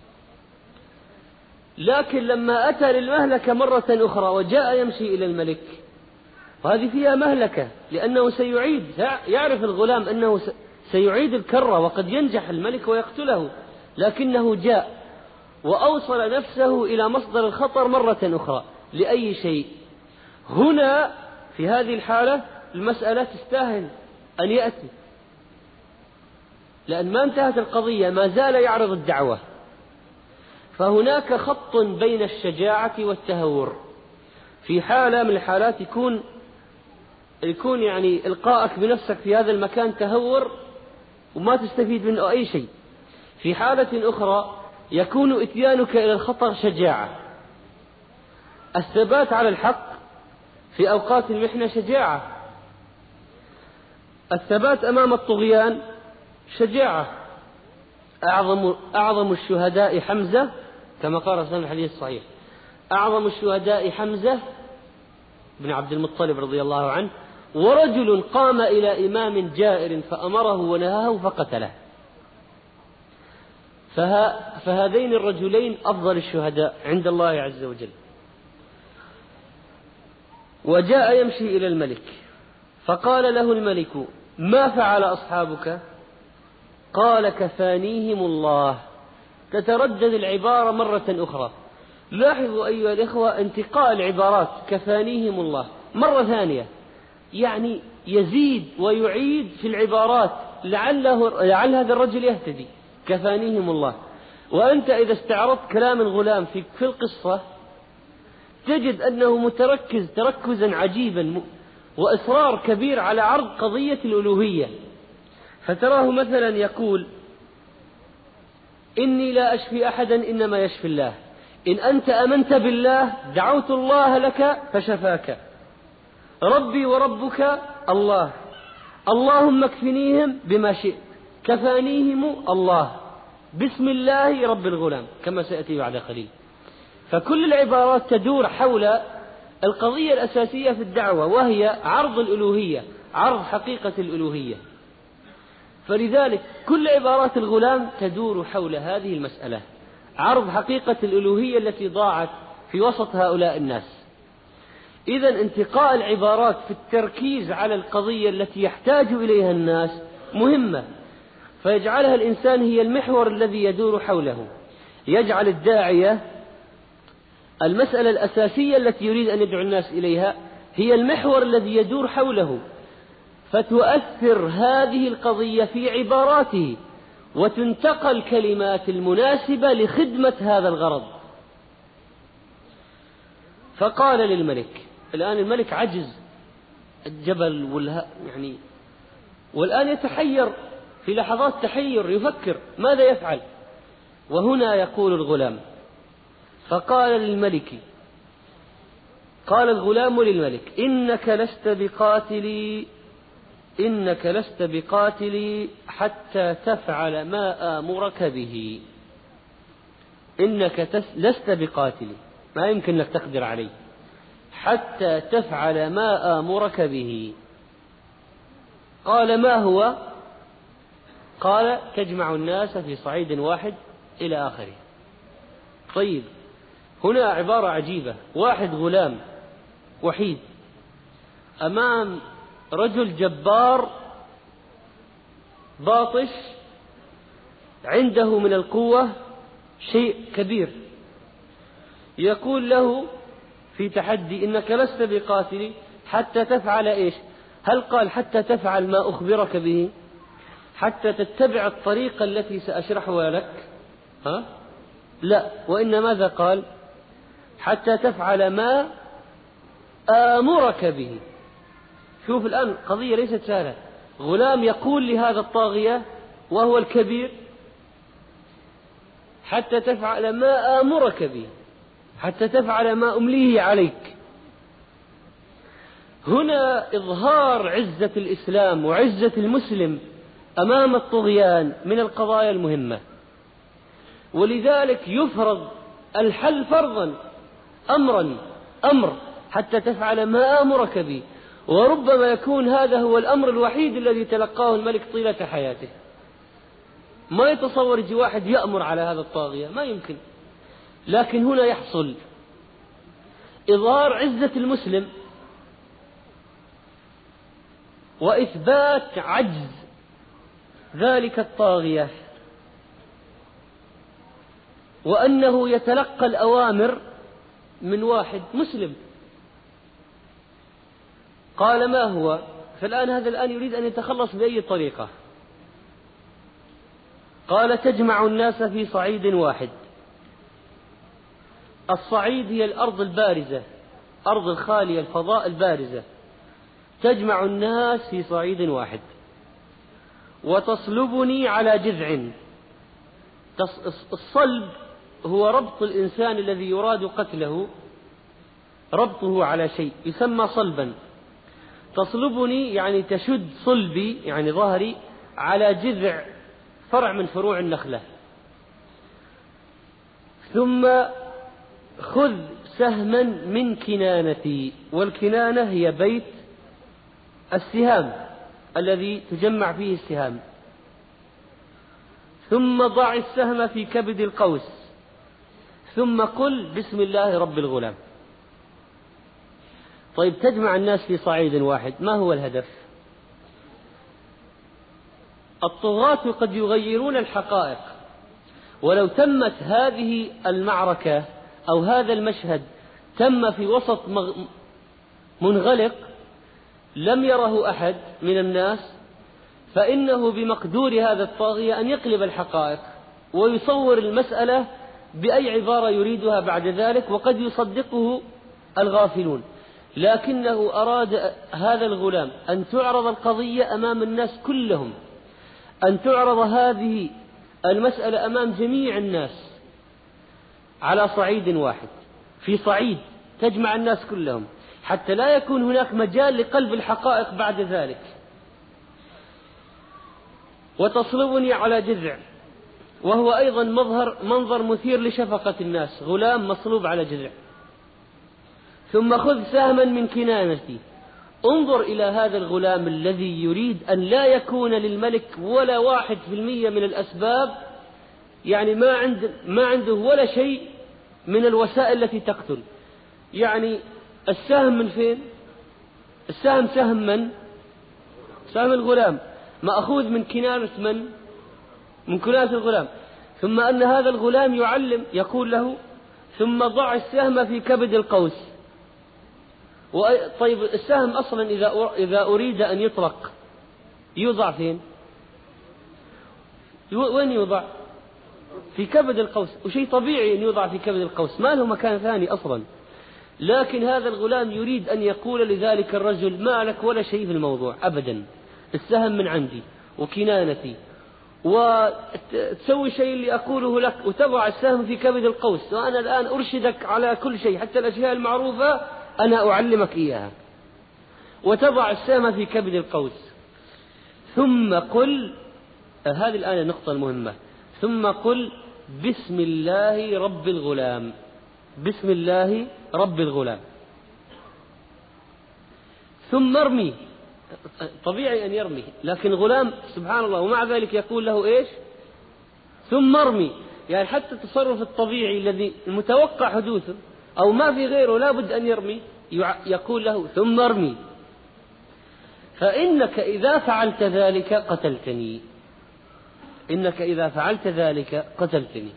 لكن لما أتى للمهلكة مرة أخرى وجاء يمشي إلى الملك، وهذه فيها مهلكة، لأنه سيعيد، يعرف الغلام أنه سيعيد الكرة وقد ينجح الملك ويقتله، لكنه جاء وأوصل نفسه إلى مصدر الخطر مرة أخرى. لأي شيء؟ هنا في هذه الحالة المسألة تستاهل أن يأتي، لأن ما انتهت القضية، ما زال يعرض الدعوة. فهناك خط بين الشجاعة والتهور. في حالة من الحالات يكون يعني إلقائك بنفسك في هذا المكان تهور وما تستفيد منه أي شيء. في حالة أخرى يكون إتيانك إلى الخطر شجاعة. الثبات على الحق في أوقات المحنة شجاعة، الثبات أمام الطغيان شجاعة. أعظم الشهداء حمزة، كما قال رسول الله في الحديث الصحيح، أعظم الشهداء حمزة بن عبد المطلب رضي الله عنه، ورجل قام إلى إمام جائر فأمره ونهاه فقتله. فهذين الرجلين أفضل الشهداء عند الله عز وجل. وجاء يمشي إلى الملك، فقال له الملك ما فعل أصحابك؟ قال كفانيهم الله. تتردد العبارة مرة أخرى. لاحظوا أيها الإخوة انتقاء العبارات، كفانيهم الله مرة ثانية، يعني يزيد ويعيد في العبارات لعل هذا الرجل يهتدي. كفانيهم الله. وأنت إذا استعرضت كلام الغلام في القصة تجد أنه متركز تركزا عجيبا وإصرار كبير على عرض قضية الألوهية. فتراه مثلا يقول: إني لا أشفي أحدا إنما يشفي الله، إن أنت آمنت بالله دعوت الله لك فشفاك، ربي وربك الله، اللهم اكفنيهم بما شئت، كفانيهم الله، بسم الله رب الغلام، كما سيأتي بعد قليل. فكل العبارات تدور حول القضية الأساسية في الدعوة، وهي عرض الألوهية، عرض حقيقة الألوهية. فلذلك كل عبارات الغلام تدور حول هذه المسألة، عرض حقيقة الألوهية التي ضاعت في وسط هؤلاء الناس. إذن انتقاء العبارات في التركيز على القضية التي يحتاج إليها الناس مهمة، فيجعلها الإنسان هي المحور الذي يدور حوله، يجعل الداعية المسألة الأساسية التي يريد أن يدعو الناس إليها هي المحور الذي يدور حوله، فتؤثر هذه القضية في عباراته، وتنتقى الكلمات المناسبة لخدمة هذا الغرض. فقال للملك، الآن الملك عجز الجبل والآن يتحير في لحظات تحير، يفكر ماذا يفعل. وهنا يقول الغلام، فقال للملك، قال الغلام للملك: إنك لست بقاتلي حتى تفعل ما آمرك به. إنك لست بقاتلي، ما يمكن لك تقدر علي، حتى تفعل ما آمرك به. قال: ما هو؟ قال: تجمع الناس في صعيد واحد، إلى آخره. طيب، هنا عبارة عجيبة، واحد غلام وحيد أمام رجل جبار باطش عنده من القوة شيء كبير، يقول له في تحدي: إنك لست بقاتلي حتى تفعل إيش؟ هل قال حتى تفعل ما أخبرك به، حتى تتبع الطريقة التي سأشرحها لك؟ لا، وإن ماذا قال؟ حتى تفعل ما آمرك به. شوف الآن قضية ليست سهلة، غلام يقول لهذا الطاغية وهو الكبير: حتى تفعل ما آمرك به، حتى تفعل ما أمليه عليك. هنا إظهار عزة الإسلام وعزة المسلم أمام الطغيان من القضايا المهمة، ولذلك يفرض الحل فرضا، أمر حتى تفعل ما آمرك به. وربما يكون هذا هو الأمر الوحيد الذي تلقاه الملك طيلة حياته. ما يتصور يجي واحد يأمر على هذا الطاغية، ما يمكن. لكن هنا يحصل إظهار عزة المسلم وإثبات عجز ذلك الطاغية، وأنه يتلقى الأوامر من واحد مسلم. قال: ما هو؟ فالآن هذا الآن يريد أن يتخلص بأي طريقة. قال: تجمع الناس في صعيد واحد. الصعيد هي الأرض البارزة، أرض الخالية، الفضاء البارزة. تجمع الناس في صعيد واحد، وتصلبني على جذع. الصلب هو ربط الإنسان الذي يراد قتله، ربطه على شيء يسمى صلبا. تصلبني يعني تشد صلبي، يعني ظهري، على جذع، فرع من فروع النخلة. ثم خذ سهما من كنانتي، والكنانة هي بيت السهام الذي تجمع فيه السهام. ثم ضع السهم في كبد القوس، ثم قل: بسم الله رب الغلام. طيب، تجمع الناس في صعيد واحد، ما هو الهدف؟ الطغاة قد يغيرون الحقائق، ولو تمت هذه المعركة أو هذا المشهد تم في وسط منغلق لم يره أحد من الناس، فإنه بمقدور هذا الطاغية أن يقلب الحقائق ويصور المسألة بأي عبارة يريدها بعد ذلك، وقد يصدقه الغافلون، لكنه أراد هذا الغلام أن تعرض القضية أمام الناس كلهم، أن تعرض هذه المسألة أمام جميع الناس على صعيد واحد، في صعيد تجمع الناس كلهم، حتى لا يكون هناك مجال لقلب الحقائق بعد ذلك. وتصلبني على جذع، وهو أيضا منظر مثير لشفقة الناس، غلام مصلوب على جذع. ثم خذ سهما من كنانتي. انظر إلى هذا الغلام الذي يريد أن لا يكون للملك ولا 1% من الأسباب، يعني ما عنده ولا شيء من الوسائل التي تقتل. يعني السهم من فين؟ السهم سهم من؟ سهم الغلام، مأخوذ من كنانة من؟ من كنانة الغلام. ثم أن هذا الغلام يعلم، يقول له: ثم ضع السهم في كبد القوس. طيب السهم أصلا إذا أريد أن يطلق يوضع فين؟ وين يوضع؟ في كبد القوس، وشيء طبيعي أن يوضع في كبد القوس، ما له مكان ثاني أصلا. لكن هذا الغلام يريد أن يقول لذلك الرجل: ما لك ولا شيء في الموضوع أبدا، السهم من عندي وكنانتي، وتسوي شيء اللي أقوله لك، وتضع السهم في كبد القوس، وأنا الآن أرشدك على كل شيء، حتى الأشياء المعروفة أنا أعلمك إياها، وتضع السهم في كبد القوس. ثم قل، هذه الآن النقطة المهمة، ثم قل: بسم الله رب الغلام، بسم الله رب الغلام، ثم ارمي. طبيعي أن يرمي، لكن غلام سبحان الله، ومع ذلك يقول له إيش؟ ثم ارمي. يعني حتى التصرف الطبيعي الذي المتوقع حدوثه أو ما في غيره لا بد أن يرمي، يقول له: ثم ارمي، فإنك إذا فعلت ذلك قتلتني، إنك إذا فعلت ذلك قتلتني.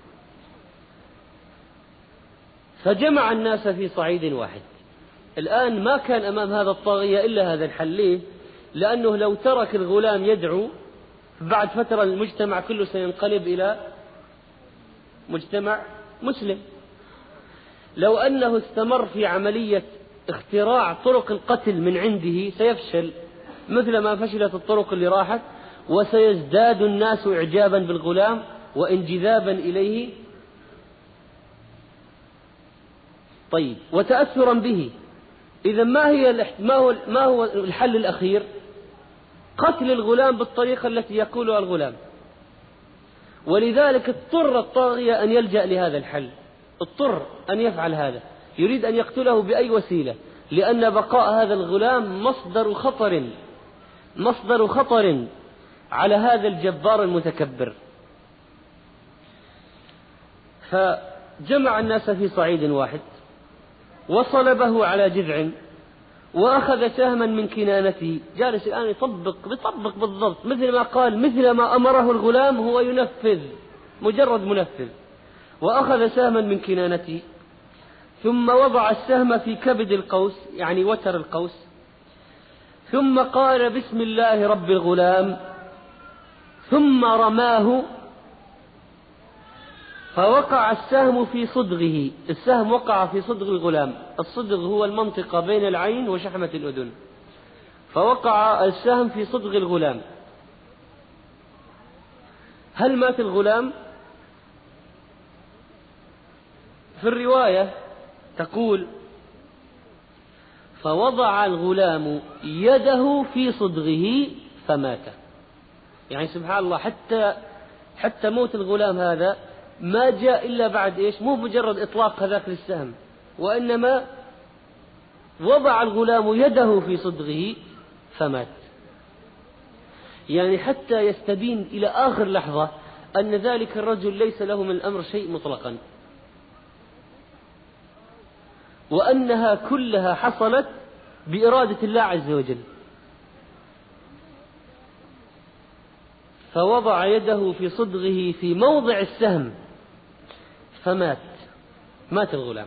فجمع الناس في صعيد واحد. الآن ما كان أمام هذا الطاغية إلا هذا الحل. ليه؟ لأنه لو ترك الغلام يدعو بعد فترة المجتمع كله سينقلب إلى مجتمع مسلم. لو أنه استمر في عملية اختراع طرق القتل من عنده سيفشل مثل ما فشلت الطرق اللي راحت، وسيزداد الناس إعجابا بالغلام وانجذابا إليه، طيب، وتأثرا به. إذا ما هو الحل الأخير؟ قتل الغلام بالطريقة التي يقولها الغلام. ولذلك اضطر الطاغية أن يلجأ لهذا الحل، اضطر أن يفعل هذا، يريد أن يقتله بأي وسيلة، لأن بقاء هذا الغلام مصدر خطر على هذا الجبار المتكبر. فجمع الناس في صعيد واحد، وصلبه على جذع، وأخذ سهما من كنانته. جالس الآن يطبق بالضبط مثل ما قال، مثل ما أمره الغلام هو ينفذ، مجرد منفذ. وأخذ سهما من كنانته، ثم وضع السهم في كبد القوس، يعني وتر القوس، ثم قال: بسم الله رب الغلام، ثم رماه فوقع السهم في صدغه. السهم وقع في صدغ الغلام، الصدغ هو المنطقة بين العين وشحمة الأذن، فوقع السهم في صدغ الغلام. هل مات الغلام؟ في الرواية تقول: فوضع الغلام يده في صدغه فمات. يعني سبحان الله، حتى موت الغلام هذا ما جاء إلا بعد إيش؟ مو مجرد إطلاق هذاك للسهم، وإنما وضع الغلام يده في صدغه فمات. يعني حتى يستبين إلى آخر لحظة أن ذلك الرجل ليس له من الأمر شيء مطلقا، وأنها كلها حصلت بإرادة الله عز وجل. فوضع يده في صدغه في موضع السهم فمات. مات الغلام،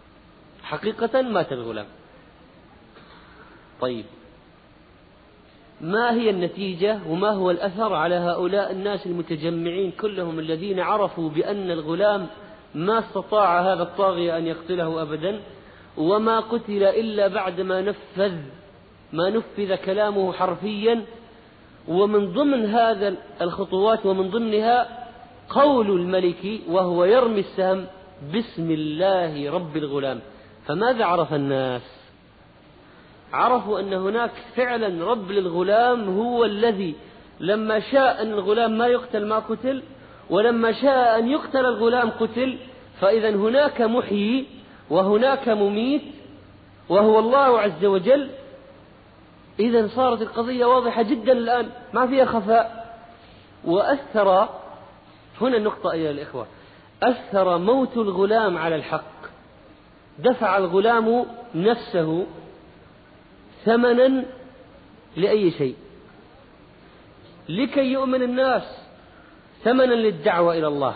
حقيقة مات الغلام. طيب، ما هي النتيجة وما هو الأثر على هؤلاء الناس المتجمعين كلهم الذين عرفوا بأن الغلام ما استطاع هذا الطاغية أن يقتله أبدا، وما قتل إلا بعد ما نفذ كلامه حرفيا. ومن ضمن هذا الخطوات ومن ضمنها قول الملك وهو يرمي السهم: بسم الله رب الغلام. فماذا عرف الناس؟ عرفوا أن هناك فعلا رب للغلام، هو الذي لما شاء أن الغلام ما يقتل ما قتل، ولما شاء أن يقتل الغلام قتل. فإذا هناك محيي وهناك مميت وهو الله عز وجل. إذا صارت القضية واضحة جدا الآن، ما فيها خفاء. وأثر هنا النقطة أيها الإخوة، أثر موت الغلام على الحق. دفع الغلام نفسه ثمنا لأي شيء لكي يؤمن الناس، ثمنا للدعوة إلى الله.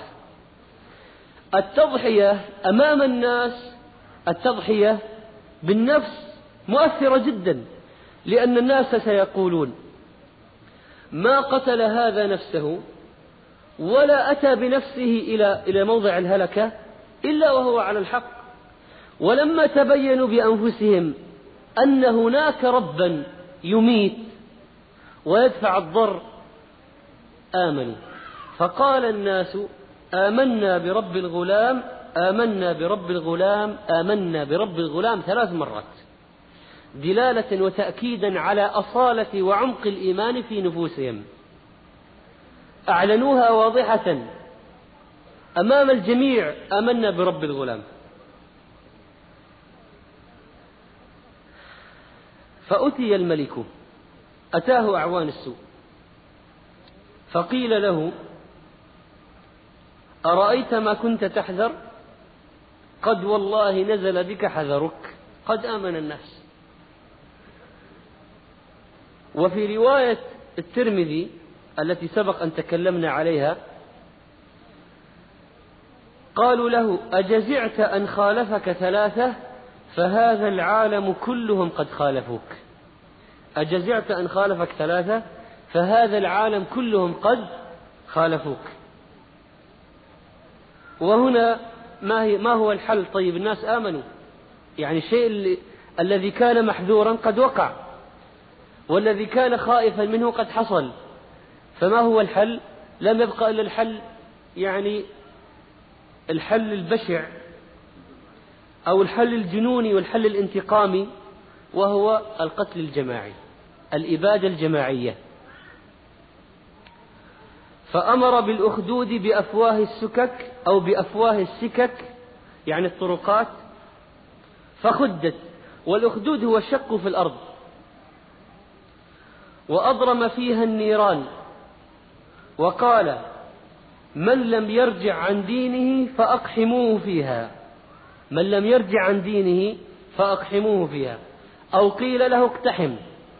التضحية أمام الناس، التضحية بالنفس مؤثرة جدا، لأن الناس سيقولون: ما قتل هذا نفسه ولا أتى بنفسه إلى موضع الهلكة إلا وهو على الحق. ولما تبينوا بأنفسهم أن هناك ربا يميت ويدفع الضر آمنوا. فقال الناس: آمنا برب الغلام، آمنا برب الغلام، آمنا برب الغلام 3 مرات، دلالة وتأكيدا على أصالة وعمق الإيمان في نفوسهم. أعلنوها واضحة أمام الجميع: آمنا برب الغلام. فأتي الملك، أتاه أعوان السوء، فقيل له: أرأيت ما كنت تحذر؟ قد والله نزل بك حذرك، قد آمن الناس. وفي رواية الترمذي التي سبق أن تكلمنا عليها قالوا له: أجزعت أن خالفك 3 فهذا العالم كلهم قد خالفوك. أجزعت أن خالفك 3 فهذا العالم كلهم قد خالفوك. وهنا ما هو الحل؟ طيب الناس آمنوا، يعني الشيء الذي كان محذورا قد وقع، والذي كان خائفا منه قد حصل. فما هو الحل؟ لم يبقى إلا الحل، يعني الحل البشع أو الحل الجنوني والحل الانتقامي، وهو القتل الجماعي، الإبادة الجماعية. فأمر بالأخدود بأفواه السكك أو بأفواه السكك، يعني الطرقات، فخدت. والأخدود هو الشق في الأرض. وأضرم فيها النيران، وقال: من لم يرجع عن دينه فأقحموه فيها، من لم يرجع عن دينه فأقحموه فيها. أو قيل له: اقتحم.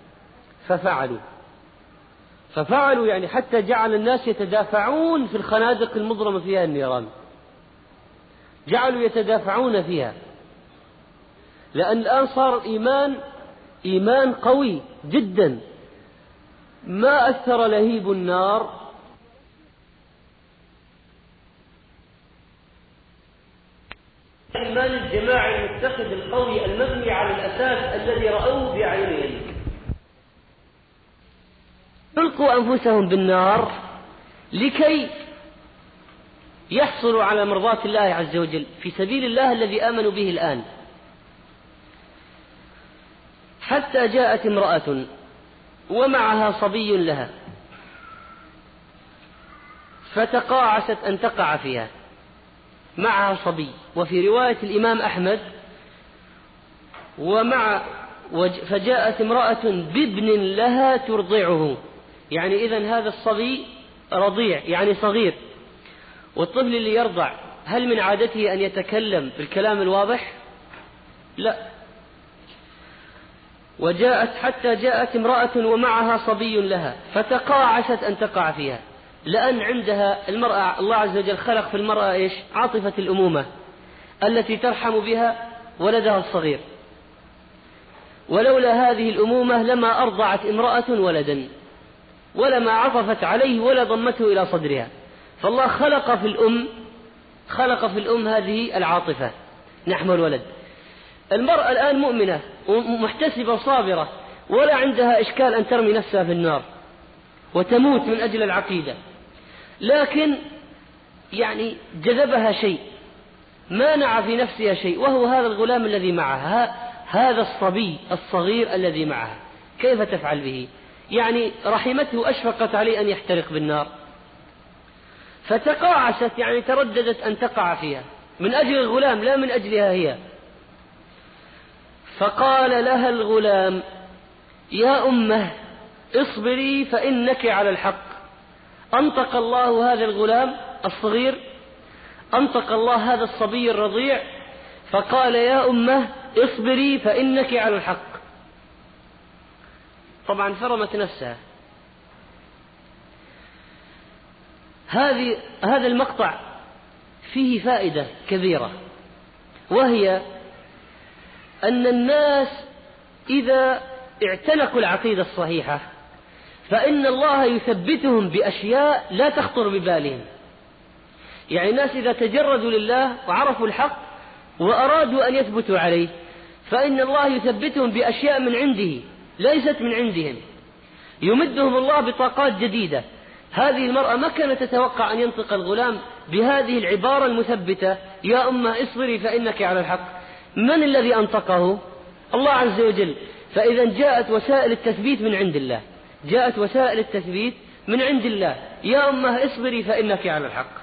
ففعلوا يعني حتى جعل الناس يتدافعون في الخنادق المضرمة فيها النيران، جعلوا يتدافعون فيها، لأن الآن صار الإيمان إيمان قوي جدا، ما أثر لهيب النار الإيمان الجماعي المتخذ القوي المبني على الأساس الذي رأوه بأعينهم. ألقوا أنفسهم بالنار لكي يحصلوا على مرضاة الله عز وجل في سبيل الله الذي آمنوا به الآن. حتى جاءت امرأة ومعها صبي لها فتقاعست أن تقع فيها، معها صبي. وفي رواية الإمام أحمد: فجاءت امرأة بابن لها ترضعه، يعني إذن هذا الصبي رضيع يعني صغير. والطفل اللي يرضع هل من عادته أن يتكلم بالكلام الواضح؟ لا. حتى جاءت امرأة ومعها صبي لها فتقاعست أن تقع فيها، لأن عندها المرأة الله عز وجل خلق في المرأة إيش؟ عاطفة الأمومة التي ترحم بها ولدها الصغير. ولولا هذه الأمومة لما أرضعت امرأة ولدا ولما عطفت عليه ولا ضمته إلى صدرها. فالله خلق في الأم هذه العاطفة نحو الولد. المرأة الآن مؤمنة ومحتسبة وصابرة ولا عندها إشكال أن ترمي نفسها في النار وتموت من أجل العقيدة، لكن يعني جذبها شيء، مانع في نفسها شيء، وهو هذا الغلام الذي معها، هذا الصبي الصغير الذي معها. كيف تفعل به؟ يعني رحمته، أشفقت عليه أن يحترق بالنار فتقاعست، يعني ترددت أن تقع فيها من أجل الغلام لا من أجلها هي. فقال لها الغلام: يا أمه اصبري فإنك على الحق. أنطق الله هذا الغلام الصغير، أنطق الله هذا الصبي الرضيع، فقال: يا أمه اصبري فإنك على الحق. طبعا فرمت نفسها. هذا المقطع فيه فائدة كبيرة، وهي أن الناس إذا اعتنقوا العقيدة الصحيحة فإن الله يثبتهم بأشياء لا تخطر ببالهم. يعني الناس إذا تجردوا لله وعرفوا الحق وأرادوا أن يثبتوا عليه فإن الله يثبتهم بأشياء من عنده ليست من عندهم، يمدهم الله بطاقات جديدة. هذه المرأة ما كانت تتوقع أن ينطق الغلام بهذه العبارة المثبتة: يا أمه اصبري فإنك على الحق. من الذي أنطقه؟ الله عز وجل. فإذا جاءت وسائل التثبيت من عند الله، جاءت وسائل التثبيت من عند الله. يا أمه اصبري فإنك على الحق.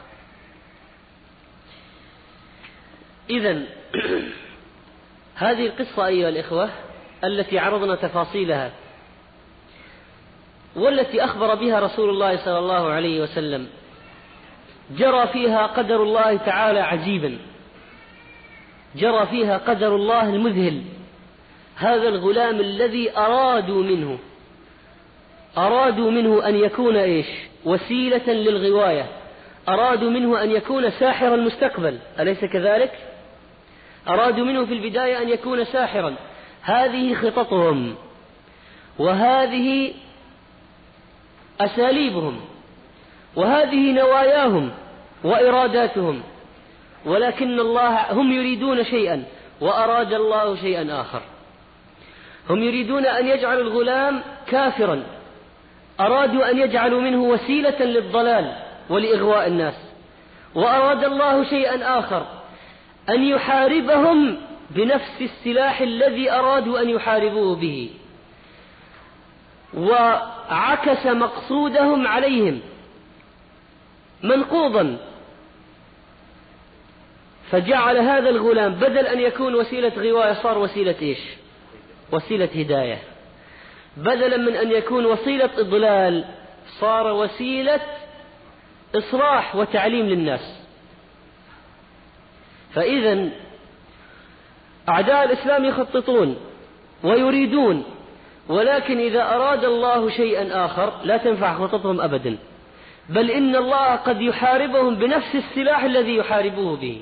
إذن هذه القصة أيها الإخوة التي عرضنا تفاصيلها والتي أخبر بها رسول الله صلى الله عليه وسلم جرى فيها قدر الله تعالى عجيبا، جرى فيها قدر الله المذهل. هذا الغلام الذي أرادوا منه أن يكون وسيلة للغواية، أرادوا منه أن يكون ساحر المستقبل، أليس كذلك؟ أرادوا منه في البداية أن يكون ساحرا. هذه خططهم وهذه أساليبهم وهذه نواياهم وإراداتهم، ولكن هم يريدون شيئا وأراد الله شيئا آخر. هم يريدون أن يجعلوا الغلام كافرا، أرادوا أن يجعلوا منه وسيلة للضلال ولإغواء الناس، وأراد الله شيئا آخر: أن يحاربهم بنفس السلاح الذي أرادوا أن يحاربوه به، وعكس مقصودهم عليهم منقوضا. فجعل هذا الغلام بدل أن يكون وسيلة غواية صار وسيلة وسيلة هداية، بدلا من أن يكون وسيلة إضلال صار وسيلة إصلاح وتعليم للناس. فإذا أعداء الإسلام يخططون ويريدون، ولكن إذا أراد الله شيئا آخر لا تنفع خططهم أبدا، بل إن الله قد يحاربهم بنفس السلاح الذي يحاربوه به.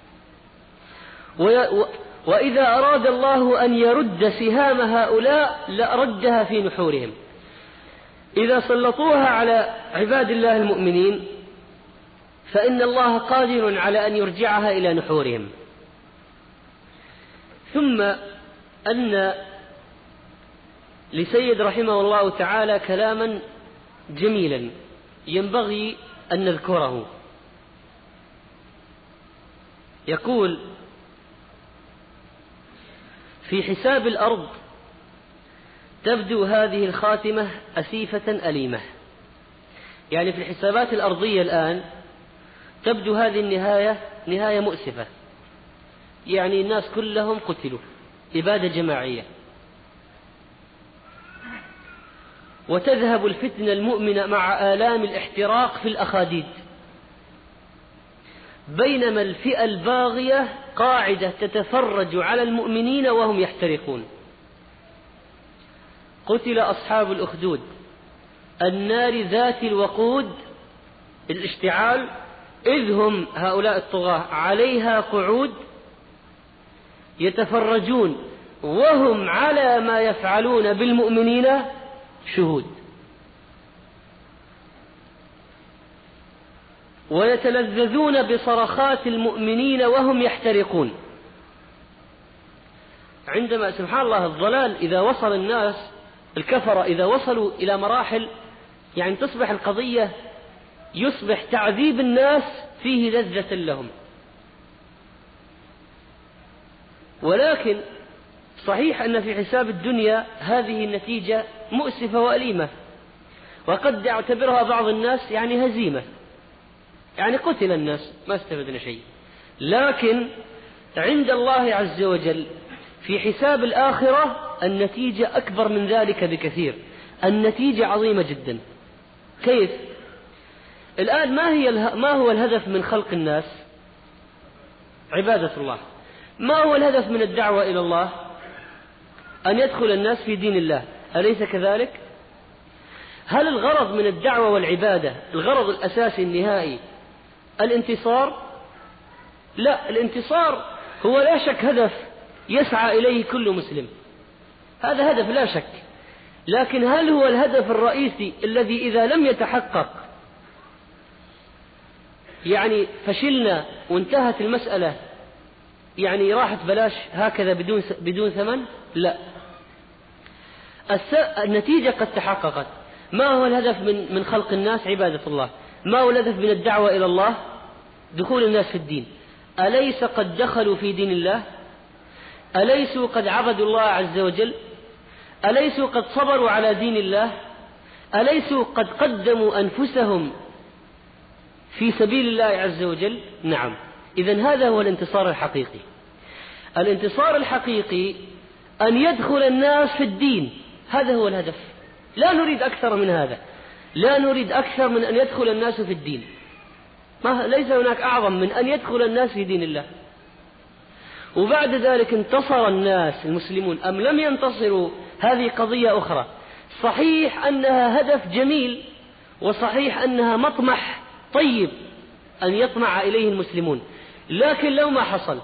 وإذا أراد الله أن يرد سهام هؤلاء لأردها في نحورهم. إذا سلطوها على عباد الله المؤمنين فإن الله قادر على أن يرجعها إلى نحورهم. ثم أن لسيد رحمه الله تعالى كلاما جميلا ينبغي أن نذكره. يقول: في حساب الأرض تبدو هذه الخاتمة أسيفة أليمة. يعني في الحسابات الأرضية الآن تبدو هذه النهاية نهاية مؤسفة، يعني الناس كلهم قتلوا إبادة جماعية، وتذهب الفتنة المؤمنة مع آلام الاحتراق في الأخاديد، بينما الفئة الباغية قاعدة تتفرج على المؤمنين وهم يحترقون. قتل أصحاب الأخدود، النار ذات الوقود، الاشتعال، إذ هم هؤلاء الطغاة عليها قعود يتفرجون وهم على ما يفعلون بالمؤمنين شهود، ويتلذذون بصرخات المؤمنين وهم يحترقون. عندما سبحان الله الضلال إذا وصل الناس الكفرة إذا وصلوا إلى مراحل يعني تصبح القضية يصبح تعذيب الناس فيه لذة لهم. ولكن صحيح أن في حساب الدنيا هذه النتيجة مؤسفة وأليمة، وقد يعتبرها بعض الناس يعني هزيمة، يعني قتل الناس ما استفدنا شيء. لكن عند الله عز وجل في حساب الآخرة النتيجة أكبر من ذلك بكثير، النتيجة عظيمة جدا. كيف؟ الآن ما هو الهدف من خلق الناس؟ عبادة الله. ما هو الهدف من الدعوة إلى الله؟ أن يدخل الناس في دين الله، أليس كذلك؟ هل الغرض من الدعوة والعبادة الغرض الأساسي النهائي الانتصار؟ لا، الانتصار هو لا شك هدف يسعى إليه كل مسلم، هذا هدف لا شك، لكن هل هو الهدف الرئيسي الذي إذا لم يتحقق يعني فشلنا وانتهت المسألة يعني راحت بلاش هكذا بدون ثمن؟ لا، النتيجة قد تحققت. ما هو الهدف من خلق الناس؟ عبادة الله. ما هو الهدف من الدعوة إلى الله؟ دخول الناس في الدين. أليس قد دخلوا في دين الله؟ أليسوا قد عبدوا الله عز وجل؟ أليسوا قد صبروا على دين الله؟ أليسوا قد قدموا أنفسهم في سبيل الله عز وجل؟ نعم. إذن هذا هو الانتصار الحقيقي. الانتصار الحقيقي أن يدخل الناس في الدين، هذا هو الهدف، لا نريد أكثر من هذا، لا نريد أكثر من أن يدخل الناس في الدين، ليس هناك أعظم من أن يدخل الناس في دين الله. وبعد ذلك انتصر الناس المسلمون أم لم ينتصروا هذه قضية أخرى. صحيح أنها هدف جميل، وصحيح أنها مطمح طيب أن يطمع إليه المسلمون، لكن لو ما حصل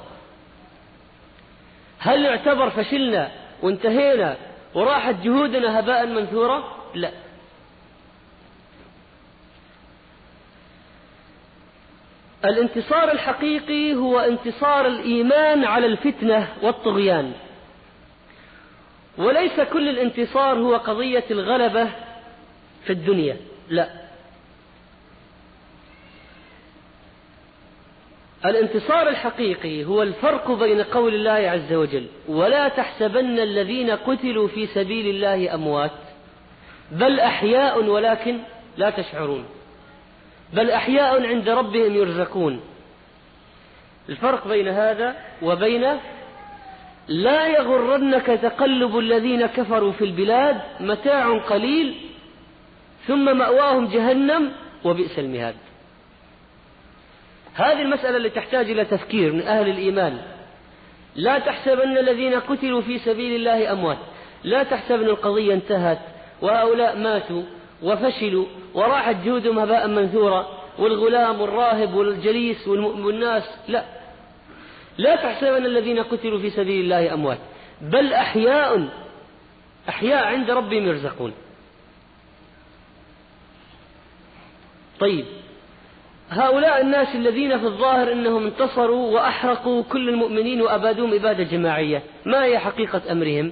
هل يعتبر فشلنا وانتهينا وراحت جهودنا هباء منثورا؟ لا. الانتصار الحقيقي هو انتصار الإيمان على الفتنة والطغيان، وليس كل الانتصار هو قضية الغلبة في الدنيا، لا. الانتصار الحقيقي هو الفرق بين قول الله عز وجل: ولا تحسبن الذين قتلوا في سبيل الله أموات بل أحياء ولكن لا تشعرون، بل أحياء عند ربهم يرزقون. الفرق بين هذا وبين لا يغرنك تقلب الذين كفروا في البلاد متاع قليل ثم مأواهم جهنم وبئس المهاد. هذه المسألة اللي تحتاج إلى تفكير من أهل الإيمان. لا تحسبن الذين قتلوا في سبيل الله أموات، لا تحسبن القضية انتهت وهؤلاء ماتوا وفشلوا وراحت جهودهم هباء منثورا والغلام والراهب والجليس والناس، لا. لا تحسبن الذين قتلوا في سبيل الله أموات بل أحياء عند ربهم يرزقون. طيب، هؤلاء الناس الذين في الظاهر أنهم انتصروا وأحرقوا كل المؤمنين وأبادوهم إبادة جماعية، ما هي حقيقة أمرهم؟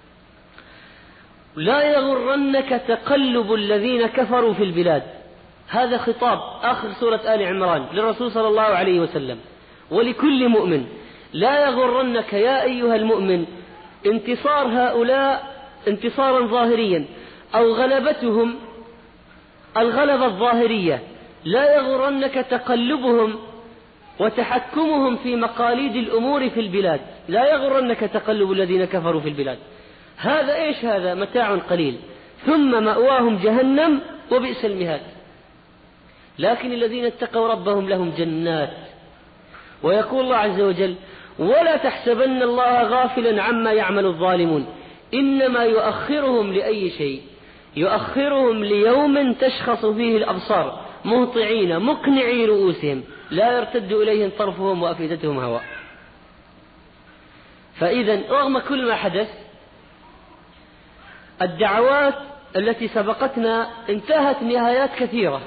لا يغرنك تقلب الذين كفروا في البلاد. هذا خطاب آخر سورة آل عمران للرسول صلى الله عليه وسلم ولكل مؤمن. لا يغرنك يا أيها المؤمن انتصار هؤلاء انتصارا ظاهريا أو غلبتهم الغلبة الظاهرية، لا يغرنك تقلبهم وتحكمهم في مقاليد الأمور في البلاد، لا يغرنك تقلب الذين كفروا في البلاد. هذا إيش؟ هذا متاع قليل ثم مأواهم جهنم وبئس المهاد. لكن الذين اتقوا ربهم لهم جنات. ويقول الله عز وجل: ولا تحسبن الله غافلا عما يعمل الظالمون إنما يؤخرهم لأي شيء؟ يؤخرهم ليوم تشخص فيه الأبصار مهطعين مقنعي رؤوسهم لا يرتد إليهم طرفهم وأفئدتهم هواء. فإذا رغم كل ما حدث الدعوات التي سبقتنا انتهت نهايات كثيرة،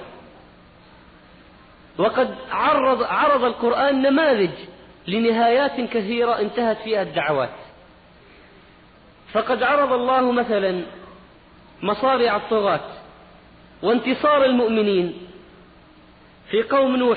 وقد عرض القرآن نماذج لنهايات كثيرة انتهت فيها الدعوات. فقد عرض الله مثلا مصارع الطغاة وانتصار المؤمنين في قوم نوح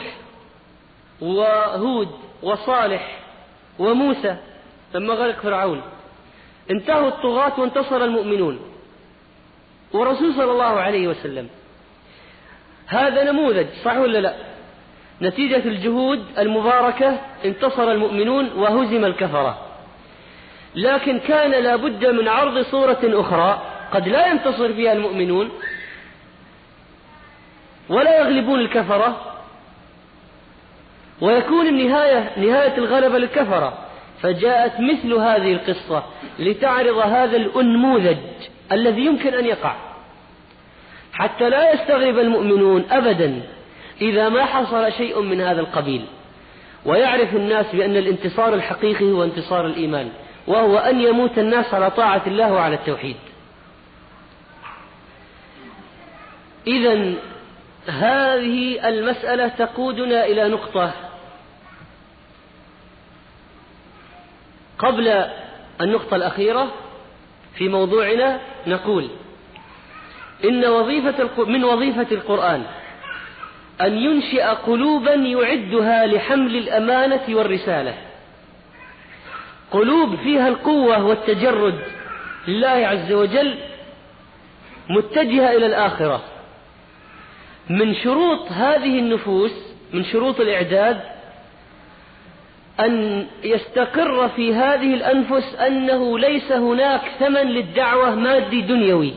وهود وصالح وموسى لما غرق فرعون، انتهوا الطغاة وانتصر المؤمنون ورسول صلى الله عليه وسلم. هذا نموذج صح ولا لا؟ نتيجة الجهود المباركة انتصر المؤمنون وهزم الكفرة. لكن كان لا بد من عرض صورة أخرى قد لا ينتصر فيها المؤمنون ولا يغلبون الكفرة، ويكون نهاية الغلبة للكفرة. فجاءت مثل هذه القصة لتعرض هذا الأنموذج الذي يمكن أن يقع، حتى لا يستغرب المؤمنون أبدا إذا ما حصل شيء من هذا القبيل، ويعرف الناس بأن الانتصار الحقيقي هو انتصار الإيمان، وهو أن يموت الناس على طاعة الله وعلى التوحيد. إذن هذه المسألة تقودنا إلى نقطة قبل النقطة الأخيرة في موضوعنا. نقول إن من وظيفة القرآن أن ينشئ قلوبا يعدها لحمل الأمانة والرسالة، قلوب فيها القوة والتجرد لله عز وجل متجهة إلى الآخرة. من شروط هذه النفوس، من شروط الإعداد، أن يستقر في هذه الأنفس أنه ليس هناك ثمن للدعوة مادي دنيوي،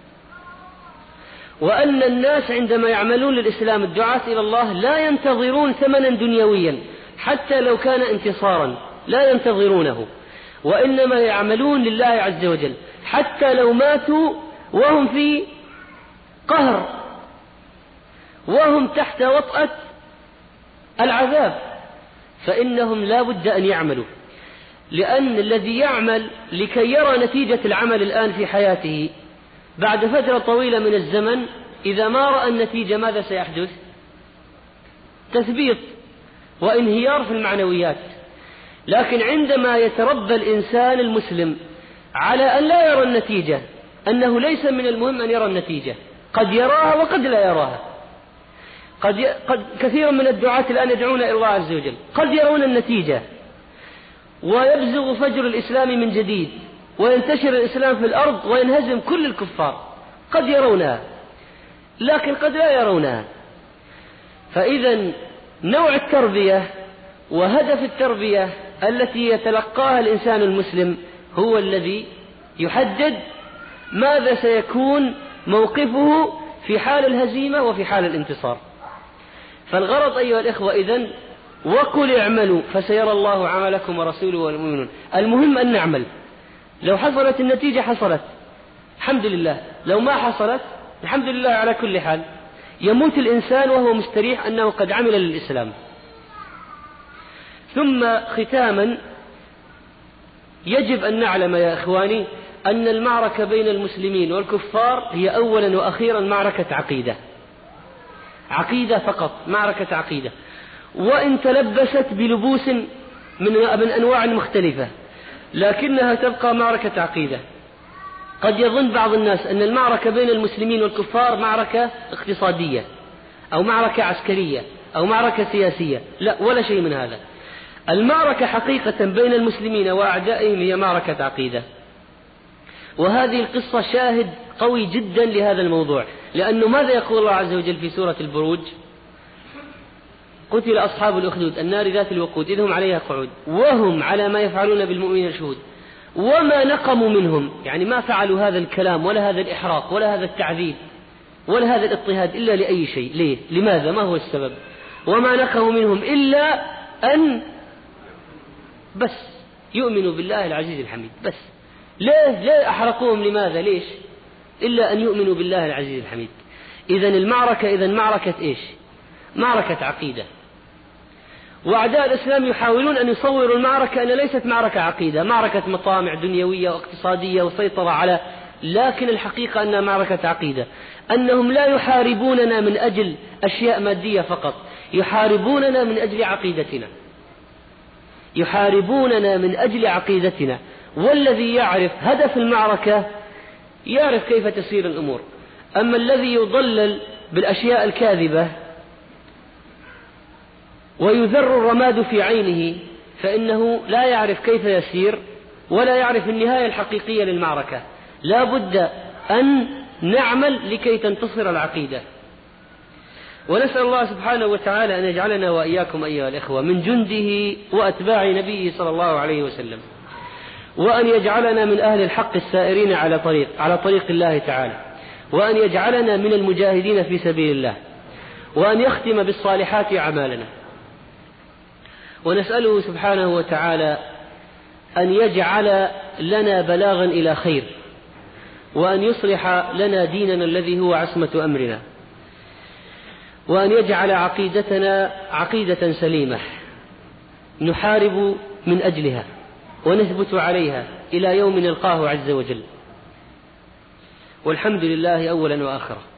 وأن الناس عندما يعملون للإسلام الدعاة إلى الله لا ينتظرون ثمنا دنيويا حتى لو كان انتصارا، لا ينتظرونه، وإنما يعملون لله عز وجل حتى لو ماتوا وهم في قهر وهم تحت وطأة العذاب، فإنهم لا بد أن يعملوا. لأن الذي يعمل لكي يرى نتيجة العمل الآن في حياته بعد فترة طويلة من الزمن، إذا ما رأى النتيجة ماذا سيحدث؟ تثبيط وانهيار في المعنويات. لكن عندما يتربى الإنسان المسلم على أن لا يرى النتيجة، أنه ليس من المهم أن يرى النتيجة، قد يراها وقد لا يراها. قد كثير من الدعاة الآن يدعون إلى الله عز وجل قد يرون النتيجة ويبزغ فجر الإسلام من جديد وينتشر الإسلام في الأرض وينهزم كل الكفار، قد يرونها لكن قد لا يرونها. فإذا نوع التربية وهدف التربية التي يتلقاها الإنسان المسلم هو الذي يحدد ماذا سيكون موقفه في حال الهزيمة وفي حال الانتصار. فالغرض أيها الإخوة إذن وقل اعملوا فسيرى الله عملكم ورسوله والمؤمنون. المهم أن نعمل، لو حصلت النتيجة حصلت الحمد لله، لو ما حصلت الحمد لله على كل حال. يموت الإنسان وهو مستريح أنه قد عمل للإسلام. ثم ختاما يجب أن نعلم يا إخواني أن المعركة بين المسلمين والكفار هي أولا وأخيرا معركة عقيدة، عقيدة فقط، معركة عقيدة، وإن تلبست بلبوس من أنواع مختلفة لكنها تبقى معركة عقيدة. قد يظن بعض الناس أن المعركة بين المسلمين والكفار معركة اقتصادية أو معركة عسكرية أو معركة سياسية، لا، ولا شيء من هذا. المعركة حقيقة بين المسلمين وأعدائهم هي معركة عقيدة. وهذه القصة شاهد قوي جدا لهذا الموضوع، لأنه ماذا يقول الله عز وجل في سورة البروج؟ قتل أصحاب الأخدود النار ذات الوقود إذ هم عليها قعود وهم على ما يفعلون بالمؤمنين شهود وما نقموا منهم، يعني ما فعلوا هذا الكلام ولا هذا الإحراق ولا هذا التعذيب ولا هذا الاضطهاد إلا لأي شيء. ليه؟ لماذا؟ ما هو السبب؟ وما نقموا منهم إلا أن بس يؤمنوا بالله العزيز الحميد. بس ليه أحرقوهم؟ لماذا؟ ليش؟ إلا أن يؤمنوا بالله العزيز الحميد. إذن المعركة معركة إيش؟ معركة عقيدة. وأعداء الإسلام يحاولون أن يصوروا المعركة أن ليست معركة عقيدة، معركة مطامع دنيوية واقتصادية وسيطرة على، لكن الحقيقة أنها معركة عقيدة، أنهم لا يحاربوننا من أجل أشياء مادية فقط، يحاربوننا من أجل عقيدتنا، يحاربوننا من أجل عقيدتنا. والذي يعرف هدف المعركة يعرف كيف تسير الأمور. أما الذي يضلل بالأشياء الكاذبة ويذر الرماد في عينه فإنه لا يعرف كيف يسير ولا يعرف النهاية الحقيقية للمعركة. لا بد أن نعمل لكي تنتصر العقيدة. ونسأل الله سبحانه وتعالى أن يجعلنا وإياكم أيها الإخوة من جنده وأتباع نبيه صلى الله عليه وسلم، وأن يجعلنا من أهل الحق السائرين على طريق الله تعالى، وأن يجعلنا من المجاهدين في سبيل الله، وأن يختم بالصالحات أعمالنا. ونسأله سبحانه وتعالى أن يجعل لنا بلاغا إلى خير، وأن يصلح لنا ديننا الذي هو عصمة أمرنا، وأن يجعل عقيدتنا عقيدة سليمة نحارب من أجلها ونثبت عليها إلى يوم نلقاه عز وجل. والحمد لله أولا وآخرا.